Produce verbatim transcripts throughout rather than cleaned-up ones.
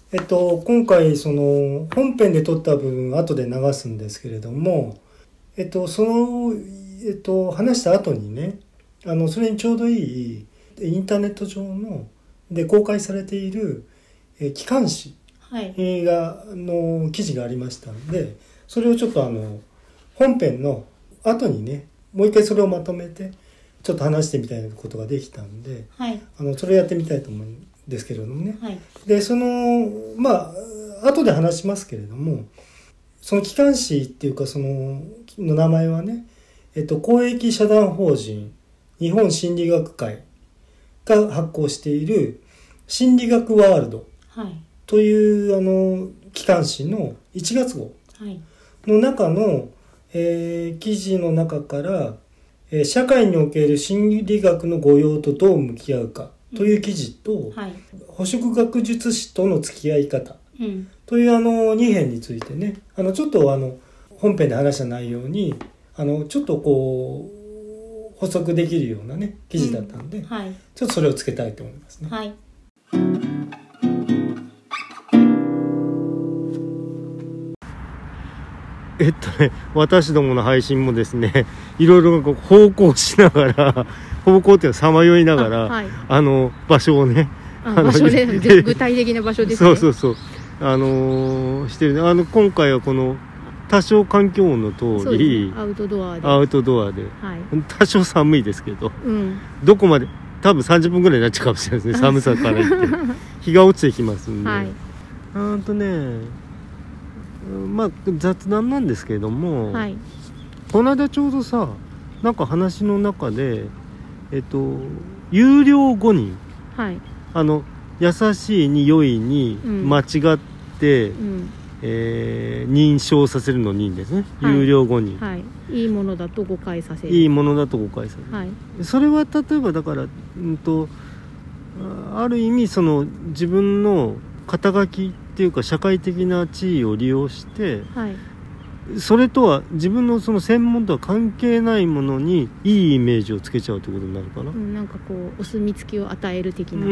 えっと、今回その本編で撮った部分後で流すんですけれども、えっと、その、えっと、話した後にね、あのそれにちょうどいいインターネット上ので公開されているえ機関誌がの記事がありましたので、それをちょっとあの本編の後にね、もう一回それをまとめてちょっと話してみたいなことができたんで、 はい、 あのそれをやってみたいと思うんですけれどもね。 はい、 でそのまあ後で話しますけれども、その機関誌っていうかそのの名前はね、えっと、公益社団法人日本心理学会が発行している心理学ワールドという、はい、あの機関誌のいちがつ号の中の、えー、記事の中から、えー、社会における心理学の誤用とどう向き合うかという記事と、うんはい、捕食学術師との付き合い方というあのに編についてね、あのちょっとあの本編で話した内容にあのちょっとこう補足できるようなね記事だったので、うんはい、ちょっとそれをつけたいと思いますね。はい、えっとね、私どもの配信もですね、いろいろこう方向しながら方向っていうのをさまよいながら あ、はい、あの場所をね、 ああ場所で具体的な場所ですね。 そうそうそう、あのー、してる、あの今回はこの多少環境音の通り、 ね、アウトドアでアウトドアで、はい、多少寒いですけど、うん、どこまで多分さんじゅっぷんぐらいになっちゃうかもしれないですね、寒さから言って日が落ちてきますんで、はい、あんとね、まあ雑談なんですけれども、はい、この間ちょうどさ、なんか話の中でえっと有料ごにん、はい、あの優しいに良いに間違って、うんうんえー、認証させるのにんですね、はい、有料ごにん、 はい、いいものだと誤解させる、 いいものだと誤解させる、はい、それは例えばだから、うんと、ある意味その自分の肩書きっていうか社会的な地位を利用して、はい、それとは自分のその専門とは関係ないものにいいイメージをつけちゃうということになるかな、 うん、なんかこうお墨付きを与える的な、 うん、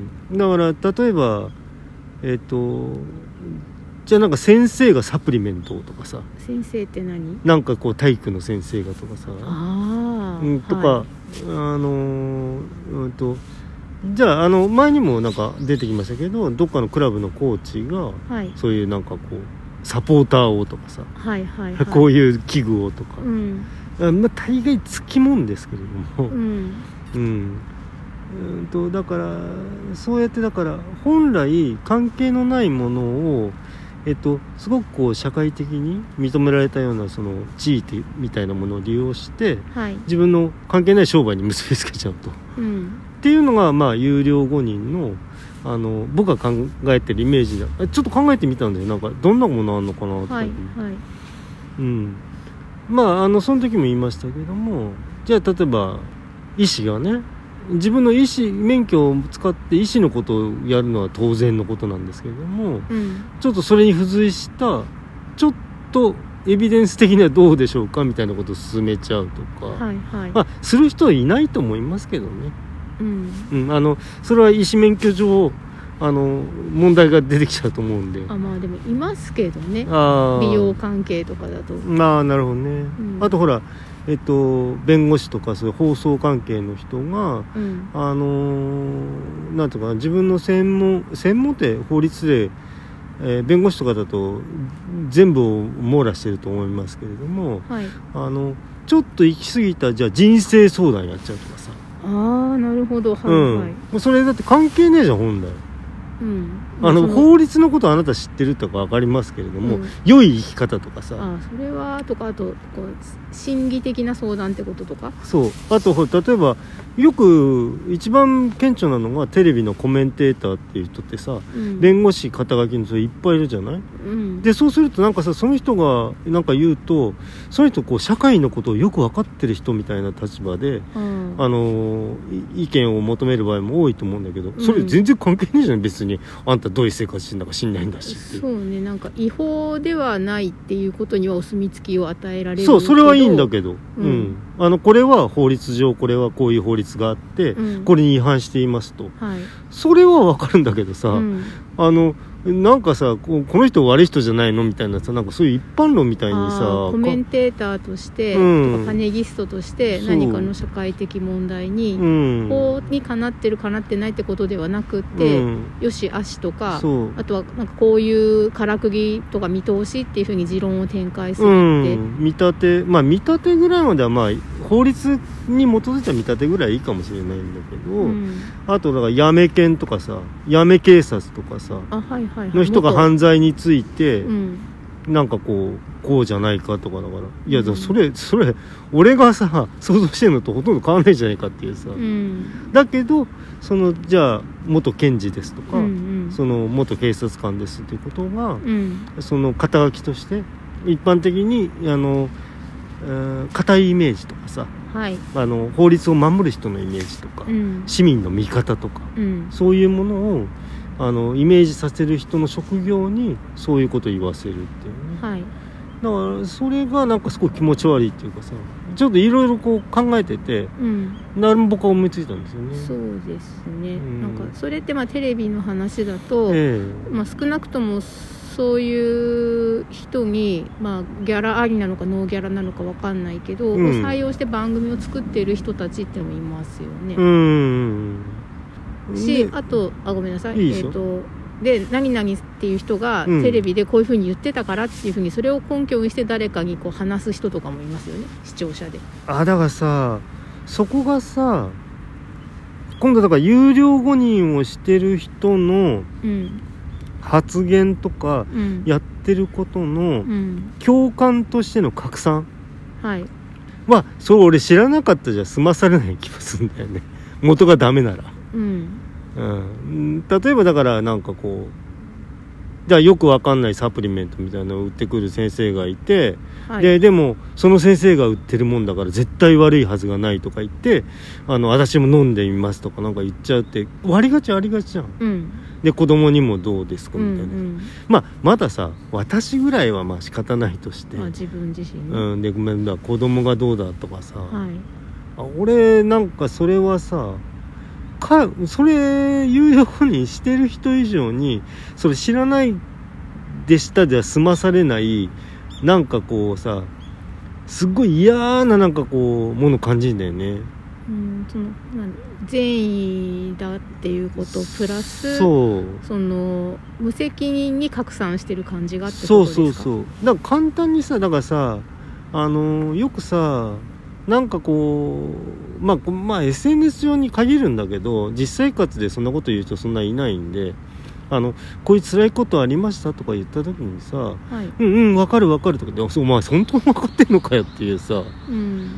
だから例えばえっとじゃあなんか先生がサプリメントとかさ、 先生って何？ なんかこう体育の先生がとかさ、 あ、 うん、とか、はい、あのうんとじゃああの前にもなんか出てきましたけど、どっかのクラブのコーチが、はい、そういうなんかこうサポーターをとかさ、はいはいはい、こういう器具をとか、うん、まあ大概つきもんですけれども、うんうん、うんとだからそうやってだから本来関係のないものをえっと、すごくこう社会的に認められたようなその地位みたいなものを利用して、はい、自分の関係ない商売に結びつけちゃうと、うん、っていうのがまあ有料ごにんの、あの僕が考えてるイメージだ。ちょっと考えてみたんだよ。なんかどんなものあるのかなとか、はいはい、うん、まああのその時も言いましたけども、じゃあ例えば医師がね、自分の医師免許を使って医師のことをやるのは当然のことなんですけれども、うん、ちょっとそれに付随したちょっとエビデンス的にはどうでしょうかみたいなことを進めちゃうとか、はいはい、まあ、する人はいないと思いますけどね、うんうん、あのそれは医師免許上あの問題が出てきちゃうと思うんで、 あ、まあでもいますけどね、あ、美容関係とかだと、 まあなるほどね、うん、あとほらえっと、弁護士とかそういう放送関係の人が、うん、あのー、なんとか自分の専門専門って法律で、えー、弁護士とかだと全部を網羅してると思いますけれども、はい、あのちょっと行き過ぎたじゃあ人生相談やっちゃうとかさ、 ああなるほど、はいはい、 うん、それだって関係ねえじゃん本来、うん、あの法律のことあなた知ってるとか分かりますけれども、うん、良い生き方とかさ、 あそれはとか、あとこう心理的な相談ってこととか、 そう、あと例えばよく一番顕著なのがテレビのコメンテーターっていう人ってさ、うん、弁護士肩書きの人いっぱいいるじゃない、うん、でそうするとなんかさ、その人がなんか言うとその人こう社会のことをよく分かってる人みたいな立場で、うん、あの意見を求める場合も多いと思うんだけど、それ全然関係ないじゃん、別にあんたどういう生活してんだか知んないんだしって。 そうね、なんか違法ではないっていうことにはお墨付きを与えられるけど、そう、それはいいんだけど、うんうん、あのこれは法律上これはこういう法律があって、うん、これに違反していますと、はい、それは分かるんだけどさ、うん、あのなんかさこの人悪い人じゃないのみたいなさ、なんかそういう一般論みたいにさコメンテーターとして、うん、とかパネギストとして何かの社会的問題に、うん、法にかなってるかなってないってことではなくて、うん、よし悪しとか、あとはなんかこういうからくりとか見通しっていうふうに持論を展開するって、うん、 見立てまあ見立てぐらいまではまあ法律に基づいた見立てぐらいいいかもしれないんだけど、うん、あとだからやめ犬とかさ、やめ警察とかさ、 あ、はいはいはい、 の人が犯罪について、うん、なんかこうこうじゃないかとかだから、いや、うん、それそれ俺がさ想像してるのとほとんど変わらないじゃないかっていうさ、うん、だけどそのじゃあ元検事ですとか、うんうん、その元警察官ですっていうことが、うん、その肩書きとして一般的にあの固いイメージとかさ、はい、あの法律を守る人のイメージとか、うん、市民の味方とか、うん、そういうものをあのイメージさせる人の職業にそういうことを言わせるっていうね、はい、だからそれがなんかすごい気持ち悪いっていうかさ、ちょっといろいろこう考えてて、うん、誰も僕は思いついたんですよね。 そうですね、うん、なんかそれってまあテレビの話だと、えーまあ、少なくともそういう人に、まあ、ギャラありなのかノーギャラなのか分かんないけど、うん、採用して番組を作っている人たちっていうのもいますよね。うんし、ね、あとあごめんなさい、いいえーとで何々っていう人がテレビでこういう風に言ってたからっていう風にそれを根拠にして誰かにこう話す人とかもいますよね、視聴者で。 あ、だからさそこがさ今度だから有料誤認をしてる人の発言とかやってることの共感としての拡散、うん、はい、まあそれ俺知らなかったじゃ済まされない気がするんだよね、元がダメなら。うんうん、例えばだからなんかこうじゃあよくわかんないサプリメントみたいなのを売ってくる先生がいて、はい、で, でもその先生が売ってるもんだから絶対悪いはずがないとか言ってあの私も飲んでみますとかなんか言っちゃうって割りがちありがちじゃん、うん、で子供にもどうですかみたいな、うんうん、まあまださ私ぐらいはまあ仕方ないとして、まあ、 自分自身、ね、 うん、でごめんだ子供がどうだとかさ、はい、あ俺なんかそれはさかそれ有料にしてる人以上にそれ知らないでしたでは済まされないなんかこうさすっごい嫌ななんかこうもの感じるんだよね。 うん、そのなん善意だっていうことプラスそうその無責任に拡散してる感じがってことですか。 そうそうそうだから簡単にさだからさあのよくさなんかこう、まあ、まあ エスエヌエス 上に限るんだけど実生活でそんなこと言う人そんないないんであのこういう辛いことありましたとか言った時にさ、はい、うんうん分かる分かるとかでお前本当に分かってんのかよっていうさ、うん、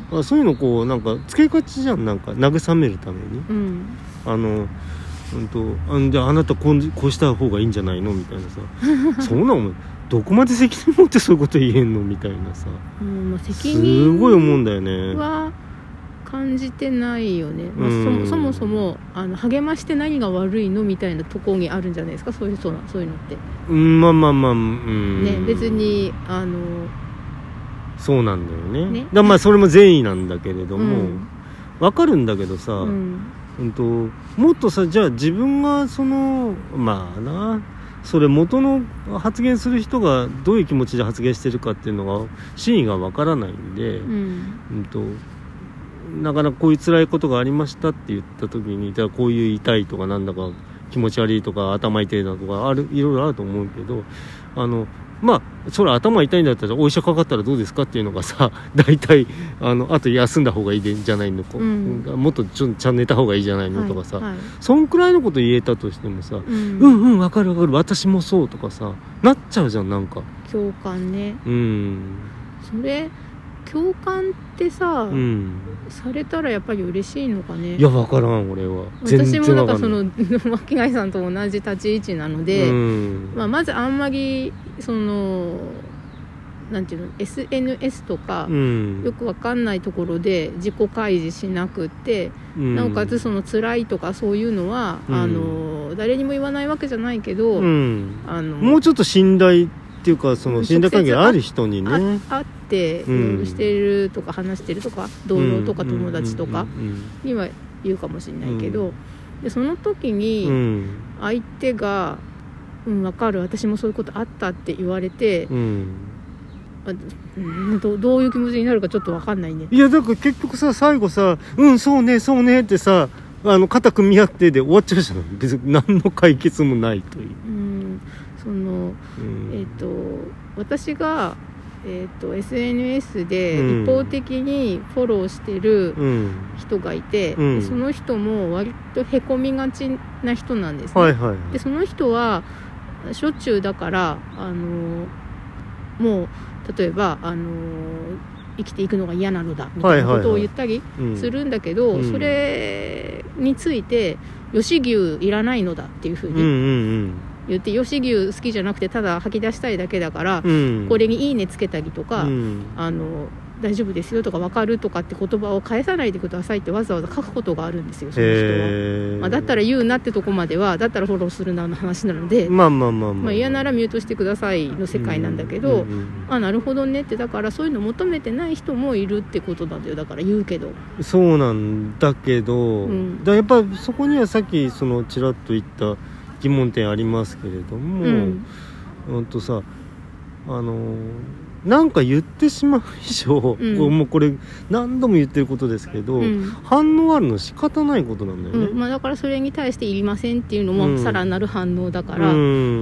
あそういうのこうなんかつけがちじゃんなんか慰めるために、うん、あのうんとあんであなたこう、こうした方がいいんじゃないのみたいなさそうなのどこまで責任持ってそういうこと言えんのみたいなさ、うんまあ、責任すごい思うんだよね。 は感じてないよね、まあ、そ, そもそもあの励まして何が悪いのみたいなところにあるんじゃないですかそういうそうなそういうのって、 うん、まあまあまあ、うんね、別にあのそうなんだよ ね, ねだまあそれも善意なんだけれども、うん、分かるんだけどさ、うんうんと、もっとさじゃあ自分がそのまあなそれ元の発言する人がどういう気持ちで発言してるかっていうのが真意がわからないんで、うんうんと、なかなかこういう辛いことがありましたって言った時にじゃあこういう痛いとかなんだか気持ち悪いとか頭痛いだとかあるいろいろあると思うけどあのまあそれ頭痛いんだったらお医者かかったらどうですかっていうのがさ大体あのあと休んだ方がいいでじゃないの、うん、もっとちょちゃん寝た方がいいじゃないのとかさ、はいはい、そんくらいのこと言えたとしてもさ、うん、うんうん分かる分かる私もそうとかさなっちゃうじゃんなんか共感ね。うんそれ共感ってさ、うん、されたらやっぱり嬉しいのかね。 いや分からん俺は全然私もなんかその巻貝さんと同じ立ち位置なので、うんまあ、まずあんまりそのなんていうの エスエヌエス とか、うん、よく分かんないところで自己開示しなくって、うん、なおかつその辛いとかそういうのは、うん、あの誰にも言わないわけじゃないけど、うん、あのもうちょっと信頼っていうかその信頼関係ある人にねあってしてるとか話してるとか同僚とか友達とかには言うかもしれないけど、でその時に相手がうん、分かる、私もそういうことあったって言われて、うんど, どういう気持ちになるかちょっと分かんないね。 いやだから結局さ最後さうんそうねそうねってさあの肩組み合ってで終わっちゃうじゃん。別に何の解決もないという、 うん、その、うん、えっ、ー、と私が、えー、と エスエヌエス で一方的にフォローしてる人がいて、うん、でその人も割とへこみがちな人なんですね、はいはいはい、でその人はしょっちゅうだからあのもう例えば、あのー、生きていくのが嫌なのだみたいなことを言ったりするんだけど、はいはいはい、それについて吉牛いらないのだっていうふうに言って、うんうんうん、吉牛好きじゃなくてただ吐き出したいだけだから、うん、これにいいねつけたりとか、うん、あの大丈夫ですよとか分かるとかって言葉を返さないでくださいってわざわざ書くことがあるんですよ、その人は。まあ、だったら言うなってとこまではだったらフォローするなの話なので、まあまあまあまあ、まあ、嫌ならミュートしてくださいの世界なんだけど、うんうんうん、あなるほどねって、だからそういうの求めてない人もいるってことなんだよ。だから言うけどそうなんだけど、うん、だやっぱそこにはさっきそのちらっと言った疑問点ありますけれども、うん、うんとさあのなんか言ってしまう以上、うん、もうこれ何度も言ってることですけど、うん、反応あるの仕方ないことなんだよね、 うんまあ、だからそれに対していりませんっていうのもさらなる反応だから、うん、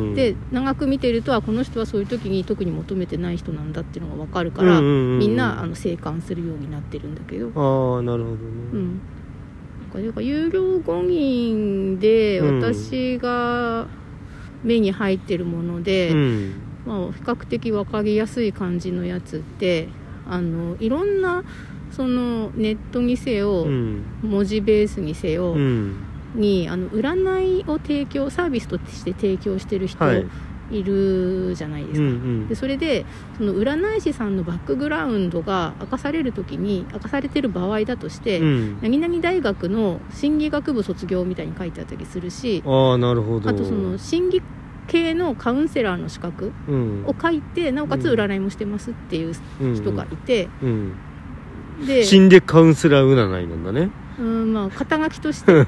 で長く見てるとこの人はそういう時に特に求めてない人なんだっていうのが分かるから、うんうんうん、みんなあの静観するようになってるんだけど。 ああなるほどね、 うんなんか有料語銀で私が目に入ってるもので、うんまあ、比較的分かりやすい感じのやつってあのいろんなそのネットにせよ、うん、文字ベースにせよ、うん、にあの占いを提供サービスとして提供してる人、はいいるじゃないですか、うんうん、でそれでその占い師さんのバックグラウンドが明かされるときに明かされてる場合だとして、うん、何々大学の心理学部卒業みたいに書いてあったりするし、 あ、なるほど。 あとその心理系のカウンセラーの資格を書いて、うん、なおかつ占いもしてますっていう人がいて、うんうん、で心理カウンセラー占いなんだね。 うん、まあ肩書きとして、うん、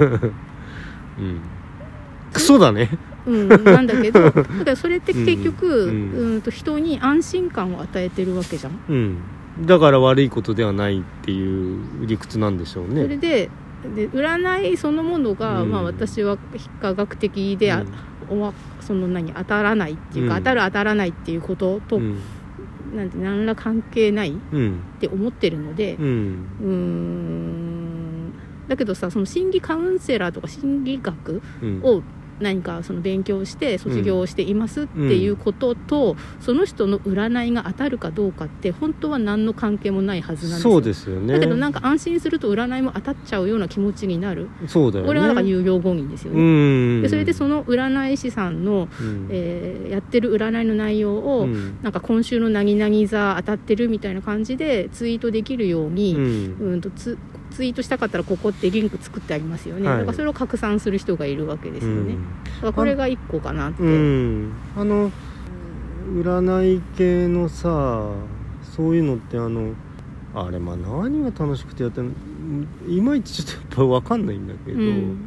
クソだねうん、なんだけどだからそれって結局、うんうん、と人に安心感を与えてるわけじゃん、 うん、だから悪いことではないっていう理屈なんでしょうね。 それで、で占いそのものが、うんまあ、私は非科学的で、うん、その何当たらないっていうか、うん、当たる当たらないっていうことと、うん、なんて何ら関係ないって思ってるので、うん、うーんだけどさ、その心理カウンセラーとか心理学を、うん何かその勉強して卒業していますっていうことと、うん、その人の占いが当たるかどうかって本当は何の関係もないはずなんですよ。 そうですよね。 だけどなんか安心すると占いも当たっちゃうような気持ちになる。 そうだよね。 これがなんか有料語銀ですよね。うんでそれでその占い師さんの、うんえー、やってる占いの内容を、うん、なんか今週の何々座当たってるみたいな感じでツイートできるように、うん、うんとつツイートしたかったらここってリンク作ってありますよね、はい、だからそれを拡散する人がいるわけですよね、うん、だからこれがいっこかなって。あ、うん、 あの占い系のさそういうのってあのあれまあ何が楽しくてやってるのいまいちちょっとやっぱ分かんないんだけど、うん、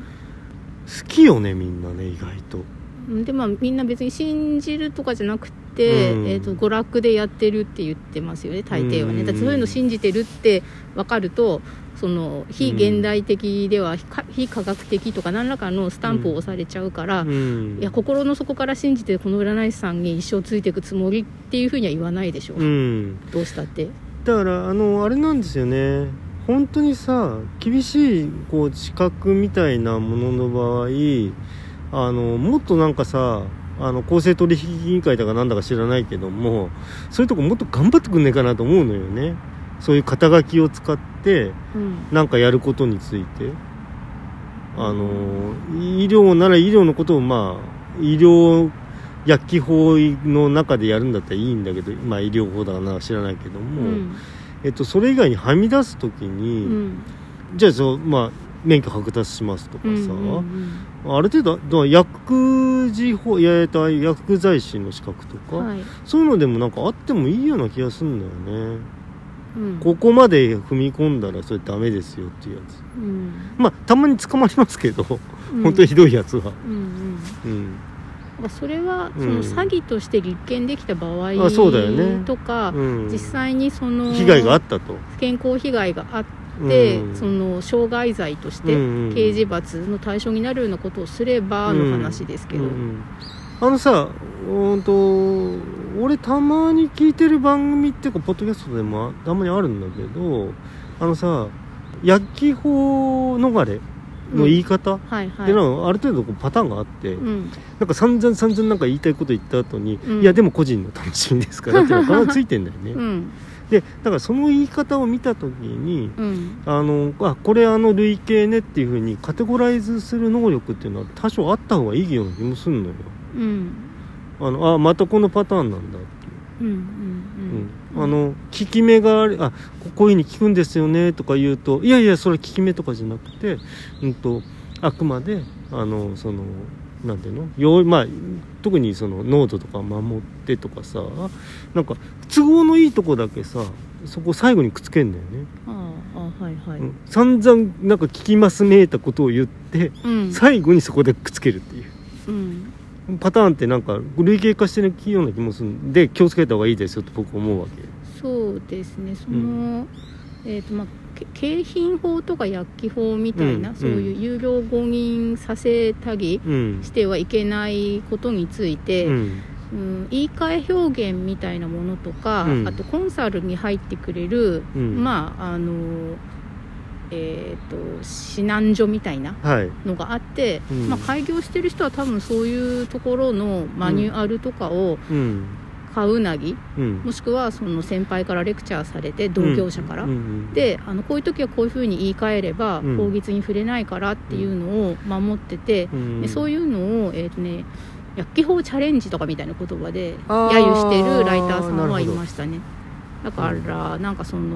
好きよねみんなね意外と。 でまあみんな別に信じるとかじゃなくて、うんえー、と娯楽でやってるって言ってますよね大抵はね。だってそういうの信じてるって分かるとその非現代的では非科学的とか何らかのスタンプを押されちゃうから、うん、いや心の底から信じてこの占い師さんに一生ついていくつもりっていうふうには言わないでしょ、うん、どうしたって。 だからあのあれなんですよね本当にさ厳しいこう資格みたいなものの場合あのもっとなんかさあの公正取引委員会だかなんだか知らないけどもそういうとこもっと頑張ってくんねえかなと思うのよね。そういう肩書きを使ってなんかやることについて、うん、あの医療なら医療のことをまあ医療薬機法の中でやるんだったらいいんだけどまあ医療法だかなんか知らないけども、うんえっと、それ以外にはみ出すときに、うん、じゃあそうまあ免許剥奪しますとかさ、うんうんうん、ある程度薬事法いや薬剤師の資格とか、はい、そういうのでもなんかあってもいいような気がするんだよね、うん、ここまで踏み込んだらそれダメですよっていうやつ、うん、まあたまに捕まりますけど、うん、本当にひどいやつは、うんうんうん、 それはその詐欺として立件できた場合とか、 うん実際にその被害があったと健康被害があって、うん、その傷害罪として刑事罰の対象になるようなことをすればの話ですけど、うんうん、 あのさ、うんと俺たまに聞いてる番組っていうかポッドキャストでもたまにあるんだけど、あのさ薬機法逃れの言い方、うんはいはい、でなんかある程度こうパターンがあって、うん、なんか散々散々なんか言いたいこと言った後に、うん、いやでも個人の楽しみですからっていうのが必ずついてんだよね、うん、でだからその言い方を見た時に、うん、あのあこれあの類型ねっていう風にカテゴライズする能力っていうのは多少あった方がいいような気もするのよ、うん、あのあまたこのパターンなんだっていう、うんうんうん、あの効き目があるあこういう風に効くんですよねとか言うといやいやそれ効き目とかじゃなくて、うんと、あくまであのそのなんていうの、まあ、特にその濃度とか守ってとかさ、なんか都合のいいとこだけさそこ最後にくっつけんだよね。 ああはいはい、うん、 散々なんか聞きますめいたことを言って、うん、最後にそこでくっつけるっていう、うん、パターンってなんか類型化してるような気もするんで気をつけた方がいいですよと僕思うわけ。 そうですねその、うんえーとまあ、景品法とか薬機法みたいな、うん、そういう有料誤認させたりしてはいけないことについて、うんうん、言い換え表現みたいなものとか、うん、あとコンサルに入ってくれる、うん、まああのえーと指南所みたいなのがあって、はいうんまあ、開業してる人は多分そういうところのマニュアルとかを、うんうん買うなぎ、うん、もしくはその先輩からレクチャーされて同業者から、うんうんうん、であのこういう時はこういうふうに言い換えれば、うん、法律に触れないからっていうのを守ってて、うん、でそういうのを、えーとね、薬機法チャレンジとかみたいな言葉で揶揄してるライターさんはいましたね。だからなんかその、うん、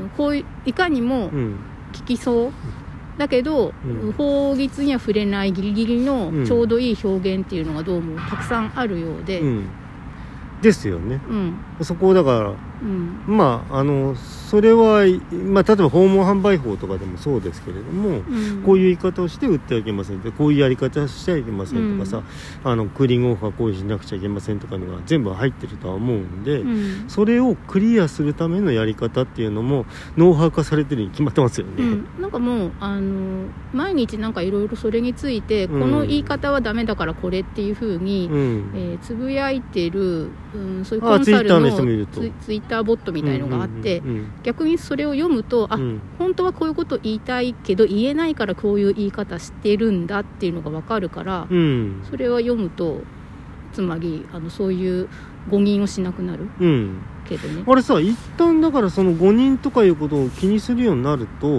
こういういかにも聞きそう、だけど、うん、法律には触れないギリギリのちょうどいい表現っていうのがどうもたくさんあるようで、うんですよね、うん、そこをだから、うん、まああのそれは、まあ、例えば訪問販売法とかでもそうですけれども、うん、こういう言い方をして売ってはいけませんってこういうやり方をしてはいけませんとかさ、うん、あのクーリングオフはこういうしなくちゃいけませんとかのが全部入ってるとは思うんで、うん、それをクリアするためのやり方っていうのもノウハウ化されてるに決まってますよね、うん、 なんかもうあの毎日なんかいろいろそれについて、うん、この言い方はダメだからこれっていう風に、うんえー、つぶやいてるうん、そういうコンサルの ツ, ツイッターボットみたいのがあって、うんうんうんうん、逆にそれを読むとあ、うん、本当はこういうこと言いたいけど言えないからこういう言い方してるんだっていうのが分かるから、うん、それは読むとつまりあのそういう誤認をしなくなる、うんけどね、 あれさ一旦だからその誤認とかいうことを気にするようになると、うん、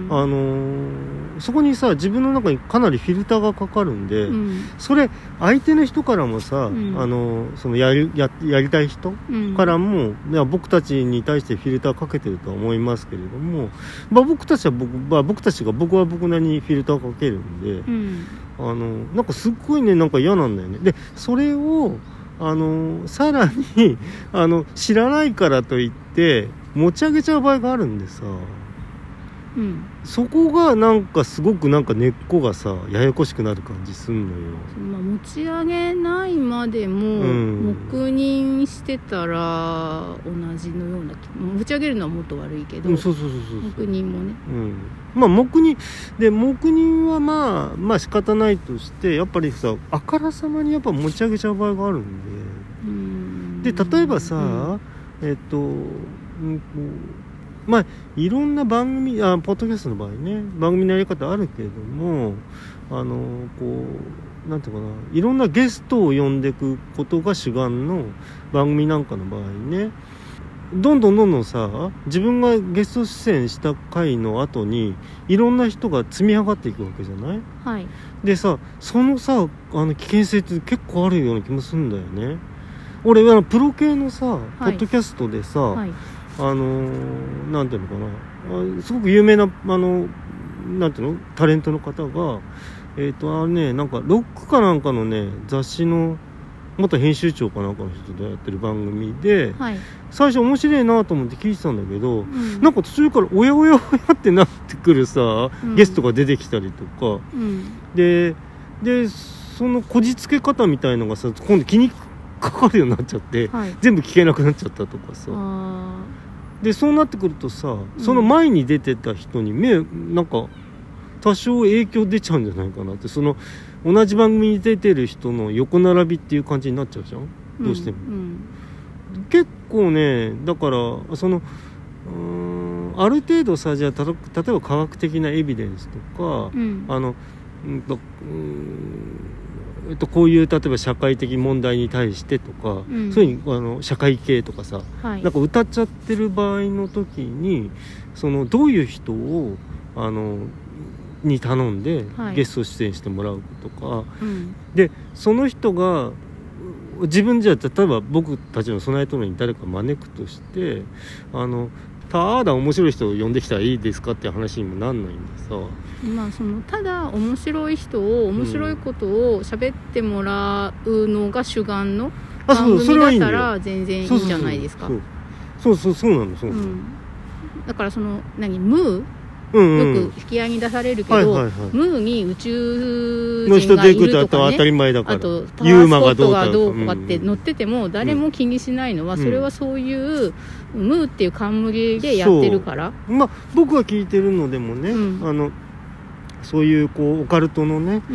あのー、そこにさ自分の中にかなりフィルターがかかるんで、うん、それ相手の人からもさ、うん、あのー、そのやり、や、やりたい人からも、うん、いや僕たちに対してフィルターかけてるとは思いますけれども、まあ、僕たちは僕、まあ、僕たちが僕は僕なりにフィルターかけるんで、うん、あのー、なんかすっごいねなんか嫌なんだよね。でそれをあのさらにあの知らないからといって持ち上げちゃう場合があるんでさ、うん、そこがなんかすごくなんか根っこがさややこしくなる感じすんのよ、 まあ、持ち上げないまでも、うん、黙認してたら同じのような持ち上げるのはもっと悪いけど、うん、そうそうそうそう黙認もね、 うん、まあ黙認で黙認はまあまあ仕方ないとしてやっぱりさあからさまにやっぱ持ち上げちゃう場合があるんで、うんで例えばさ、うん、えっと、うんまあいろんな番組あポッドキャストの場合ね番組のやり方あるけれどもあのこうなんていうかないろんなゲストを呼んでいくことが主眼の番組なんかの場合ねどんどんどんどんさ自分がゲスト出演した回の後にいろんな人が積み上がっていくわけじゃない、はい、でさそのさあの危険性って結構あるような気もするんだよね。俺あのプロ系のさ、はい、ポッドキャストでさ、はいあのー、なんていうのかなすごく有名なあのなんていうのタレントの方がえっとあれねなんかロックかなんかのね雑誌の元編集長かなんかの人でやってる番組で、はい、最初面白いなと思って聞いてたんだけど、うん、なんか途中からおやおやおやってなってくるさ、うん、ゲストが出てきたりとか、うん、ででそのこじつけ方みたいのがさ今度気にかかるようになっちゃって、はい、全部聞けなくなっちゃったとかさ。でそうなってくるとさ、その前に出てた人に目なんか多少影響出ちゃうんじゃないかなって、その同じ番組に出てる人の横並びっていう感じになっちゃうじゃん、どうしても、うんうん、結構ねだからそのうーんある程度さ、じゃあた例えば科学的なエビデンスとか、うん、あのうんとうんえっと、こういう例えば社会的問題に対してとか、うん、そういうふうにあの社会系とかさ、はい、なんか歌っちゃってる場合の時にそのどういう人をあのに頼んでゲスト出演してもらうとか、はい、でその人が自分じゃ例えば僕たちの備えとのに誰か招くとしてあのただ面白い人を呼んできたらいいですかっていう話にもなんないんでさ、 まあ、そのただ面白い人を面白いことを喋ってもらうのが主眼の番組だったら全然いいんじゃないですか。 そうそうそうなのそうなの、うん、 だからその何ムーうんうん、よく引き合いに出されるけど、はいはいはい、ムーに宇宙人がいるとかね、 当たり前だから、 あとパワースポットがどうとかって載ってても誰も気にしないのは、うん、それはそういうムーっていう冠でやってるから、 まあ、僕が聞いてるのでもね、うん、あのそういうこうオカルトのね、うん、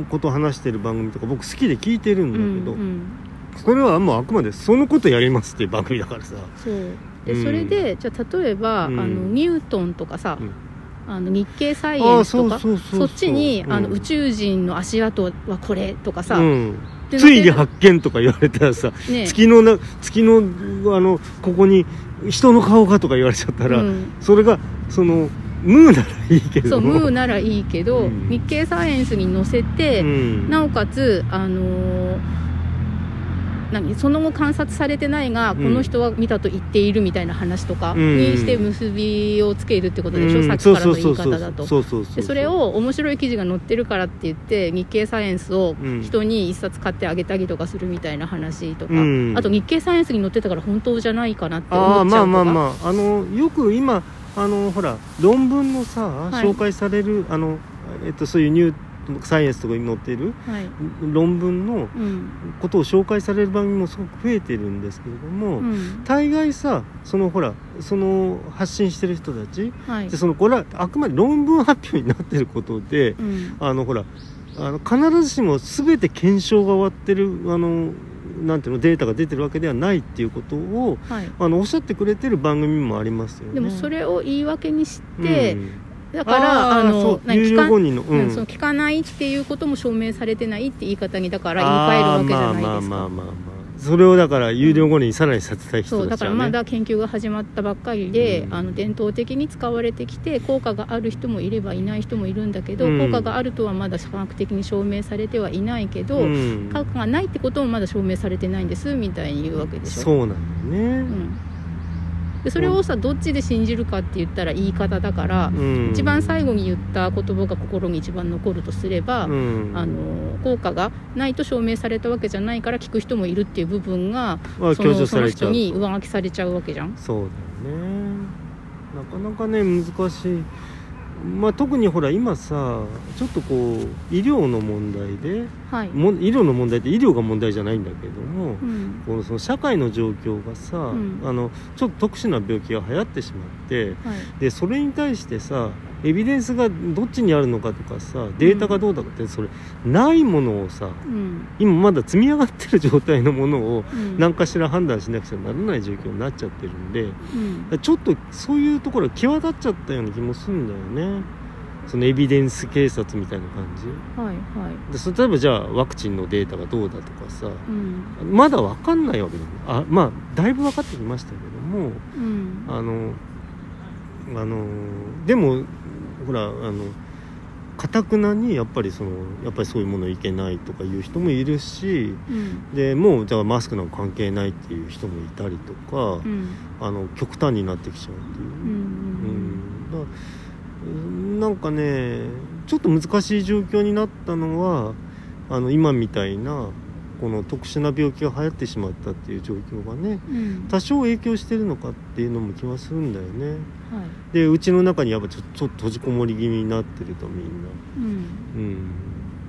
ことを話してる番組とか僕好きで聞いてるんだけど、うんうん、それはもうあくまでそのことやりますっていう番組だからさ。 そうで、うん、それでじゃあ例えば、うん、あのニュートンとかさ、うんあの日経サイエンスとかそっちに、うん、あの宇宙人の足跡はこれとかさ、うん、 ついに発見とか言われたらさ、ね、月のな月のあのここに人の顔がとか言われちゃったら、うん、それがそのムーならいいけどそうムーならいいけど、うん、日経サイエンスに載せて、うん、なおかつあのー何その後観察されてないが、うん、この人は見たと言っているみたいな話とかにして結びをつけるってことでしょ、うん、さっきからの言い方だと。でそれを面白い記事が載ってるからって言って日経サイエンスを人に一冊買ってあげたりとかするみたいな話とか、うん、あと日経サイエンスに載ってたから本当じゃないかなって思っちゃうとか。あまあまあまああのよく今あのほら論文のさ、はい、紹介されるあの、えっと、そういうニューサイエンスとかに載っている論文のことを紹介される番組もすごく増えてるんですけれども、うん、大概さそのほらその発信してる人たち、はい、でそのこれはあくまで論文発表になってることで、うん、あのほらあの必ずしも全て検証が終わってるあのなんていうのデータが出てるわけではないっていうことを、はい、あのおっしゃってくれてる番組もありますよね。 でもそれを言い訳にして、うんだからあの有料後任の、 うん、その聞かないっていうことも証明されてないって言い方にだから言い換えるわけじゃないですか。まあまあまあまあ、まあ、それをだから有料後任にさらにさせたい人たちは、ね、 そうだからまだ研究が始まったばっかりで、うん、あの伝統的に使われてきて効果がある人もいればいない人もいるんだけど、うん、効果があるとはまだ科学的に証明されてはいないけど、うん、効果がないってこともまだ証明されてないんですみたいに言うわけでしょ。 そうなんだね、 うんでそれをさどっちで信じるかって言ったら言い方だから、うん、一番最後に言った言葉が心に一番残るとすれば、うん、あの効果がないと証明されたわけじゃないから聞く人もいるっていう部分がその、その人に上書きされちゃうわけじゃん。 そうだよね。なかなかね難しい。まあ、特にほら今さちょっとこう医療の問題で、はい、も医療の問題って医療が問題じゃないんだけども、うん、このその社会の状況がさ、うん、あのちょっと特殊な病気が流行ってしまって、はい、でそれに対してさエビデンスがどっちにあるのかとかさデータがどうだかって、うん、それないものをさ、うん、今まだ積み上がってる状態のものを何かしら判断しなくちゃならない状況になっちゃってるんで、うん、ちょっとそういうところが際立っちゃったような気もするんだよね。そのエビデンス警察みたいな感じ、はいはい、でそ例えばじゃあワクチンのデータがどうだとかさ、うん、まだ分かんないわけだよ。あまあだいぶ分かってきましたけども、うん、あのあのでもほらあの堅くなにやっぱりそのやっぱりそういうものいけないとかいう人もいるし、うん、でもうじゃあマスクなんか関係ないっていう人もいたりとか、うん、あの極端になってきちゃうっていう、うんうん、だなんかねちょっと難しい状況になったのはあの今みたいなこの特殊な病気が流行ってしまったっていう状況がね、うん、多少影響してるのかっていうのも気はするんだよね、はい、でうちの中にやっぱちょっと閉じこもり気味になってるとみんな、うんうん、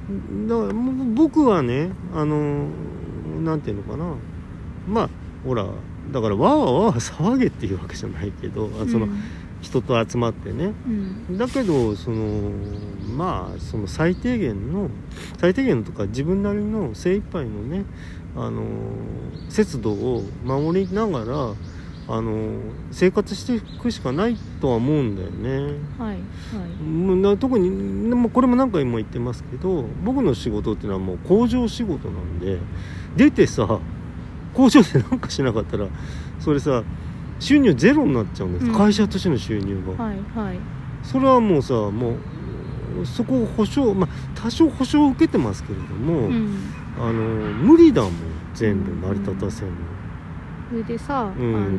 だから僕はねあのなんていうのかなまあほらだからわーわーわー騒げっていうわけじゃないけど、うん、その人と集まってね、うん、だけどそのまあその最低限の最低限とか自分なりの精一杯のねあの節度を守りながらあの生活していくしかないとは思うんだよね。はいはい、特にこれも何回も言ってますけど僕の仕事っていうのはもう工場仕事なんで出てさ工場で何かしなかったらそれさ収入ゼロになっちゃうんです、うん、会社としての収入が、はいはい、それはもうさもうそこを保証まあ多少保証を受けてますけれども、うん、あの無理だもん全部成り立たせるの、 それでさ、うん、あの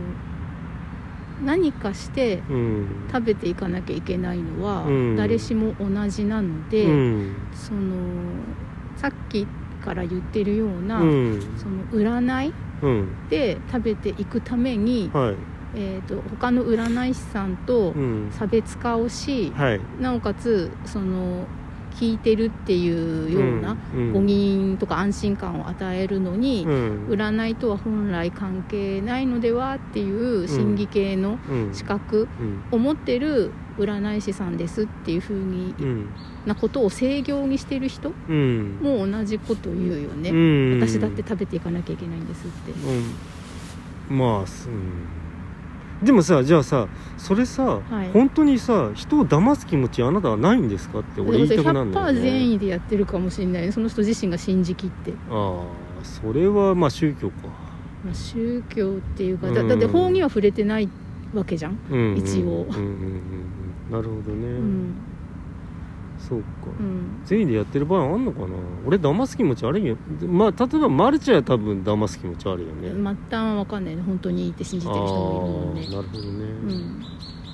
何かして食べていかなきゃいけないのは誰しも同じなので、うん、そのさっきから言ってるような、うん、その占いで食べていくために、うんはいえー、と他の占い師さんと差別化をし、うんはい、なおかつその聞いてるっていうような誤認とか安心感を与えるのに、うん、占いとは本来関係ないのではっていう心理系の資格を持ってる占い師さんですっていう風になことを正行にしてる人も同じこと言うよね、うん、私だって食べていかなきゃいけないんですって、 うん、まあ、うんでもさじゃあさそれさ、はい、本当にさ人を騙す気持ちあなたはないんですかって俺言いたくなるんだよね。 ひゃくパーセント 善意でやってるかもしれないその人自身が信じきって。 ああそれはまあ宗教か、 まあ、宗教っていうか だ, だって法には触れてないわけじゃん、うんうん、一応、うんうんうん、 なるほどね、うんそうか、うん、善意でやってる場合あんのかな。俺騙す気持ち悪いよ。まあ例えばマルチは多分騙す気持ち悪いよね。 末端は分かんないね本当にいいって信じてる人もいるもんね。 なるほどね、うんうん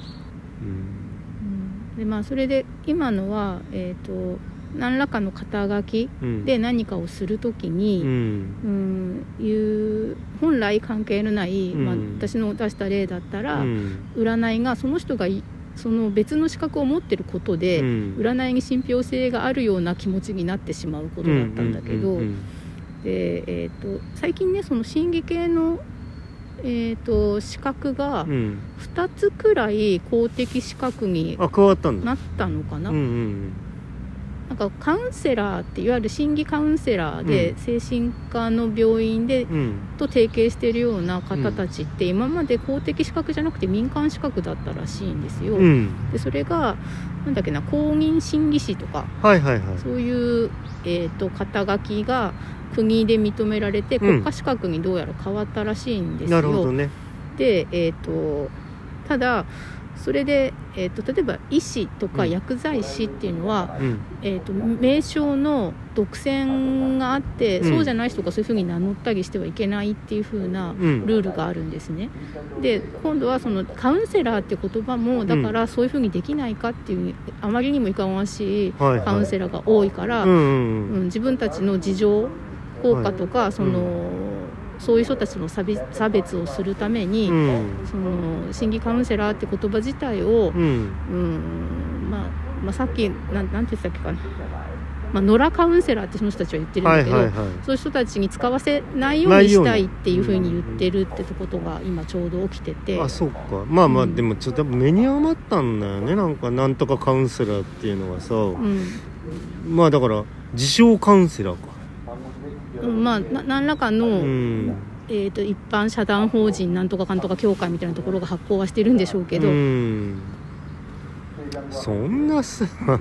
うん、でまあそれで今のはえっ、ー、と何らかの肩書きで何かをするときに、うんうん、いう本来関係のない、うんまあ、私の出した例だったら、うん、占いがその人がその別の資格を持ってることで、うん、占いに信憑性があるような気持ちになってしまうことだったんだけど、で、えーと、最近ねその心理系の、えーと、資格がふたつくらい公的資格になったのかな。なんかカウンセラーっていわゆる心理カウンセラーで精神科の病院で、うん、と提携しているような方たちって今まで公的資格じゃなくて民間資格だったらしいんですよ、うん、でそれがなんだっけな公認心理師とか、はいはいはい、そういう、えーと、肩書きが国で認められて国家資格にどうやら変わったらしいんですよ、うん、なるほどね。で、えーと、ただそれで、えーと、例えば医師とか薬剤師っていうのは、うんえーと、名称の独占があって、うん、そうじゃない人がそういうふうに名乗ったりしてはいけないっていう風なルールがあるんですね、うん、で今度はそのカウンセラーって言葉もだからそういうふうにできないかっていうあまりにもいかがわしいカウンセラーが多いから、はいはいうんうん、自分たちの事情効果とか、はい、その、うんそういう人たちの差別、差別をするために、うん、その心理カウンセラーって言葉自体を、うんうんまあまあ、さっきな ん, なんて言ってたっけかな、まあ、野良カウンセラーってその人たちは言ってるんだけど、はいはいはい、そういう人たちに使わせないようにしたいっていうふうに言ってるってことが今ちょうど起きてて、 あそうかまあまあ、うん、でもちょっと目に余ったんだよねなんかなんとかカウンセラーっていうのはさ、うん、まあだから自称カウンセラーかまあ、な何らかの、うんえー、と一般社団法人なんとかかんとか協会みたいなところが発行はしてるんでしょうけど、うん、 そんなさ、うん、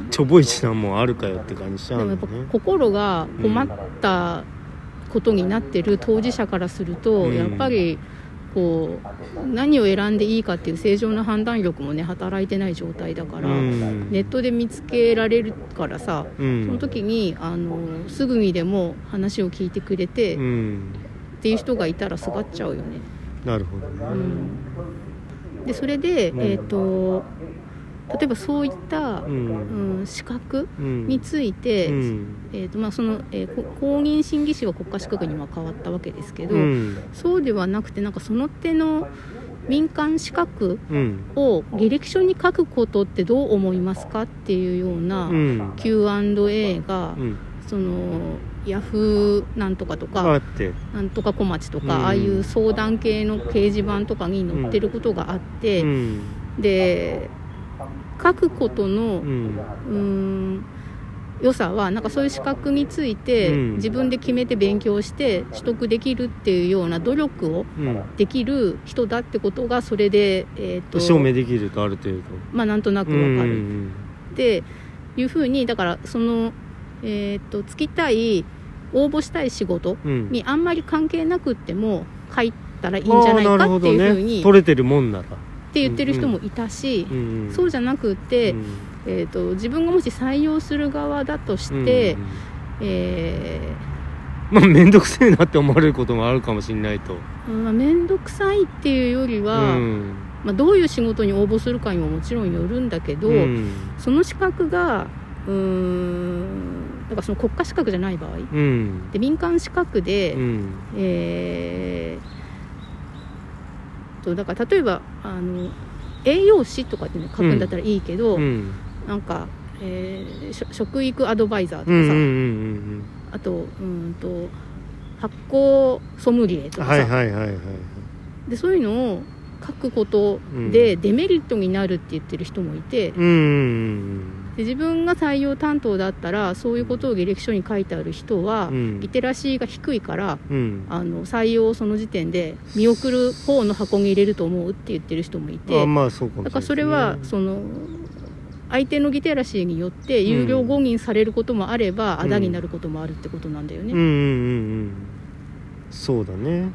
ちょぼいちなもんあるかよって感じしちゃう、ね、でもやっぱ心が困ったことになってる当事者からすると、うん、やっぱりこう何を選んでいいかっていう正常な判断力もね働いてない状態だから、うん、ネットで見つけられるからさ、うん、その時にあのすぐにでも話を聞いてくれて、うん、っていう人がいたらすがっちゃうよね。 なるほどね、 うん、でそれで、うん、えーと例えばそういった、うんうん、資格について、うんえーとまあそのえー、公認心理師は国家資格には変わったわけですけど、うん、そうではなくてなんかその手の民間資格を履歴書に書くことってどう思いますかっていうような キューアンドエー が、うん、そのヤフーなんとかとかなんとか小町とか、うん、ああいう相談系の掲示板とかに載ってることがあって、うん、で書くことの、うん、うーん良さはなんかそういう資格について自分で決めて勉強して取得できるっていうような努力をできる人だってことがそれで、えー、と証明できるとある程度まあなんとなくわかるっていうふうにだからその、えー、とつきたい応募したい仕事にあんまり関係なくっても書いたらいいんじゃないかっていうふうに、 ね、取れてるもんならって言ってる人もいたし、うんうん、そうじゃなくって、うんえー、と自分がもし採用する側だとして、うんえー、まあ面倒くせえなって思われることもあるかもしれないと、 まあ、面倒くさいっていうよりは、うんまあ、どういう仕事に応募するかにももちろんよるんだけど、うん、その資格がうーんだからその国家資格じゃない場合、うん、で民間資格で、うんえー、とだから例えばあの栄養士とかって、ね、書くんだったらいいけど、うん、なんか、えー、食育アドバイザーとかさ、うんうんうんうん、あと、うんと発酵ソムリエとかさ、はいはいはいはい、でそういうのを書くことでデメリットになるって言ってる人もいて、うんうんうん、で自分が採用担当だったらそういうことを履歴書に書いてある人は、うん、リテラシーが低いから、うん、あの採用をその時点で見送る方の箱に入れると思うって言ってる人もいて、あ、まあそうかもしれないですね。だからそれはその相手のリテラシーによって有料誤認されることもあれば、うん、あだになることもあるってことなんだよね、うんうんうんうん、 そうだね、うん、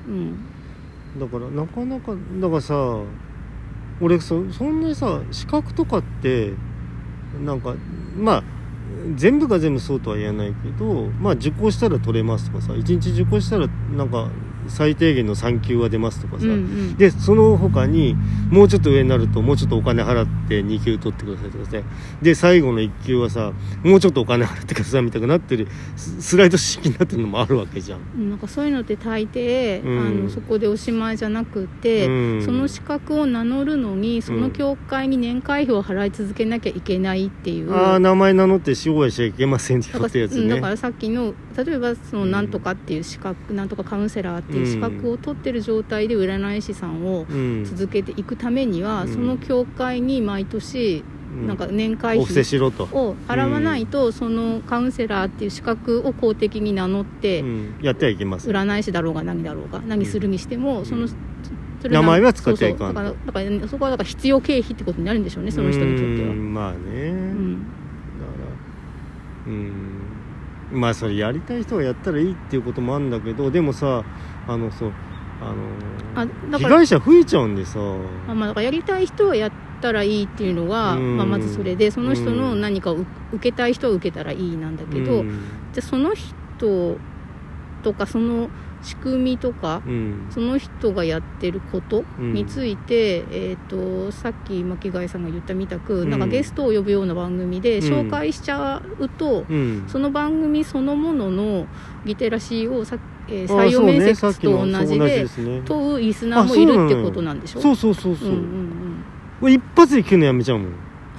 だからなかなかだからさ俺 そ, そんなにさ資格とかってなんかまあ全部が全部そうとは言えないけど、まあ受講したら取れますとかさ、いちにち受講したらなんか最低限のさん級は出ますとかさ、うんうん、でその他にもうちょっと上になるともうちょっとお金払ってに級取ってくださいとかさ、で最後のいっ級はさもうちょっとお金払ってくださいみたいになってるスライド式になってるのもあるわけじゃん。 なんかそういうのって大抵、うん、あのそこでおしまいじゃなくて、うん、その資格を名乗るのにその協会に年会費を払い続けなきゃいけないっていう、うん、 ああ名前名乗って司法やしちゃいけませんってやつね。 だからさっきの例えばそのなんとかっていう資格、うん、なんとかカウンセラーっていう資格を取ってる状態で占い師さんを続けていくためには、うん、その協会に毎年なんか年会費を払わないとそのカウンセラーっていう資格を公的に名乗って、うん、 やってはいけます。 占い師だろうが何だろうが何するにしても、うん、そのそれ名前は使っちゃいかん。 そうそうだから、だからそこはだから必要経費ってことになるんでしょうね、その人にとっては。 うんまあね、うん、だからうんまあそれやりたい人がやったらいいっていうこともあるんだけど、でもさあのそうあのあ被害者増えちゃうんでさ、 あ、まあ、だからやりたい人はやったらいいっていうのは、まあ、まずそれでその人の何かを受けたい人は受けたらいいなんだけど、じゃあその人とかその仕組みとか、うん、その人がやってることについて、うんえー、とさっき巻貝さんが言ったみたく、うん、なんかゲストを呼ぶような番組で紹介しちゃうと、うん、その番組そのもののリテラシーをさ、えー、採用面接と同じで問うリスナーもいるってことなんでしょ。 そうそうそうそう、うんうんうん、一発で聞くのやめちゃうもん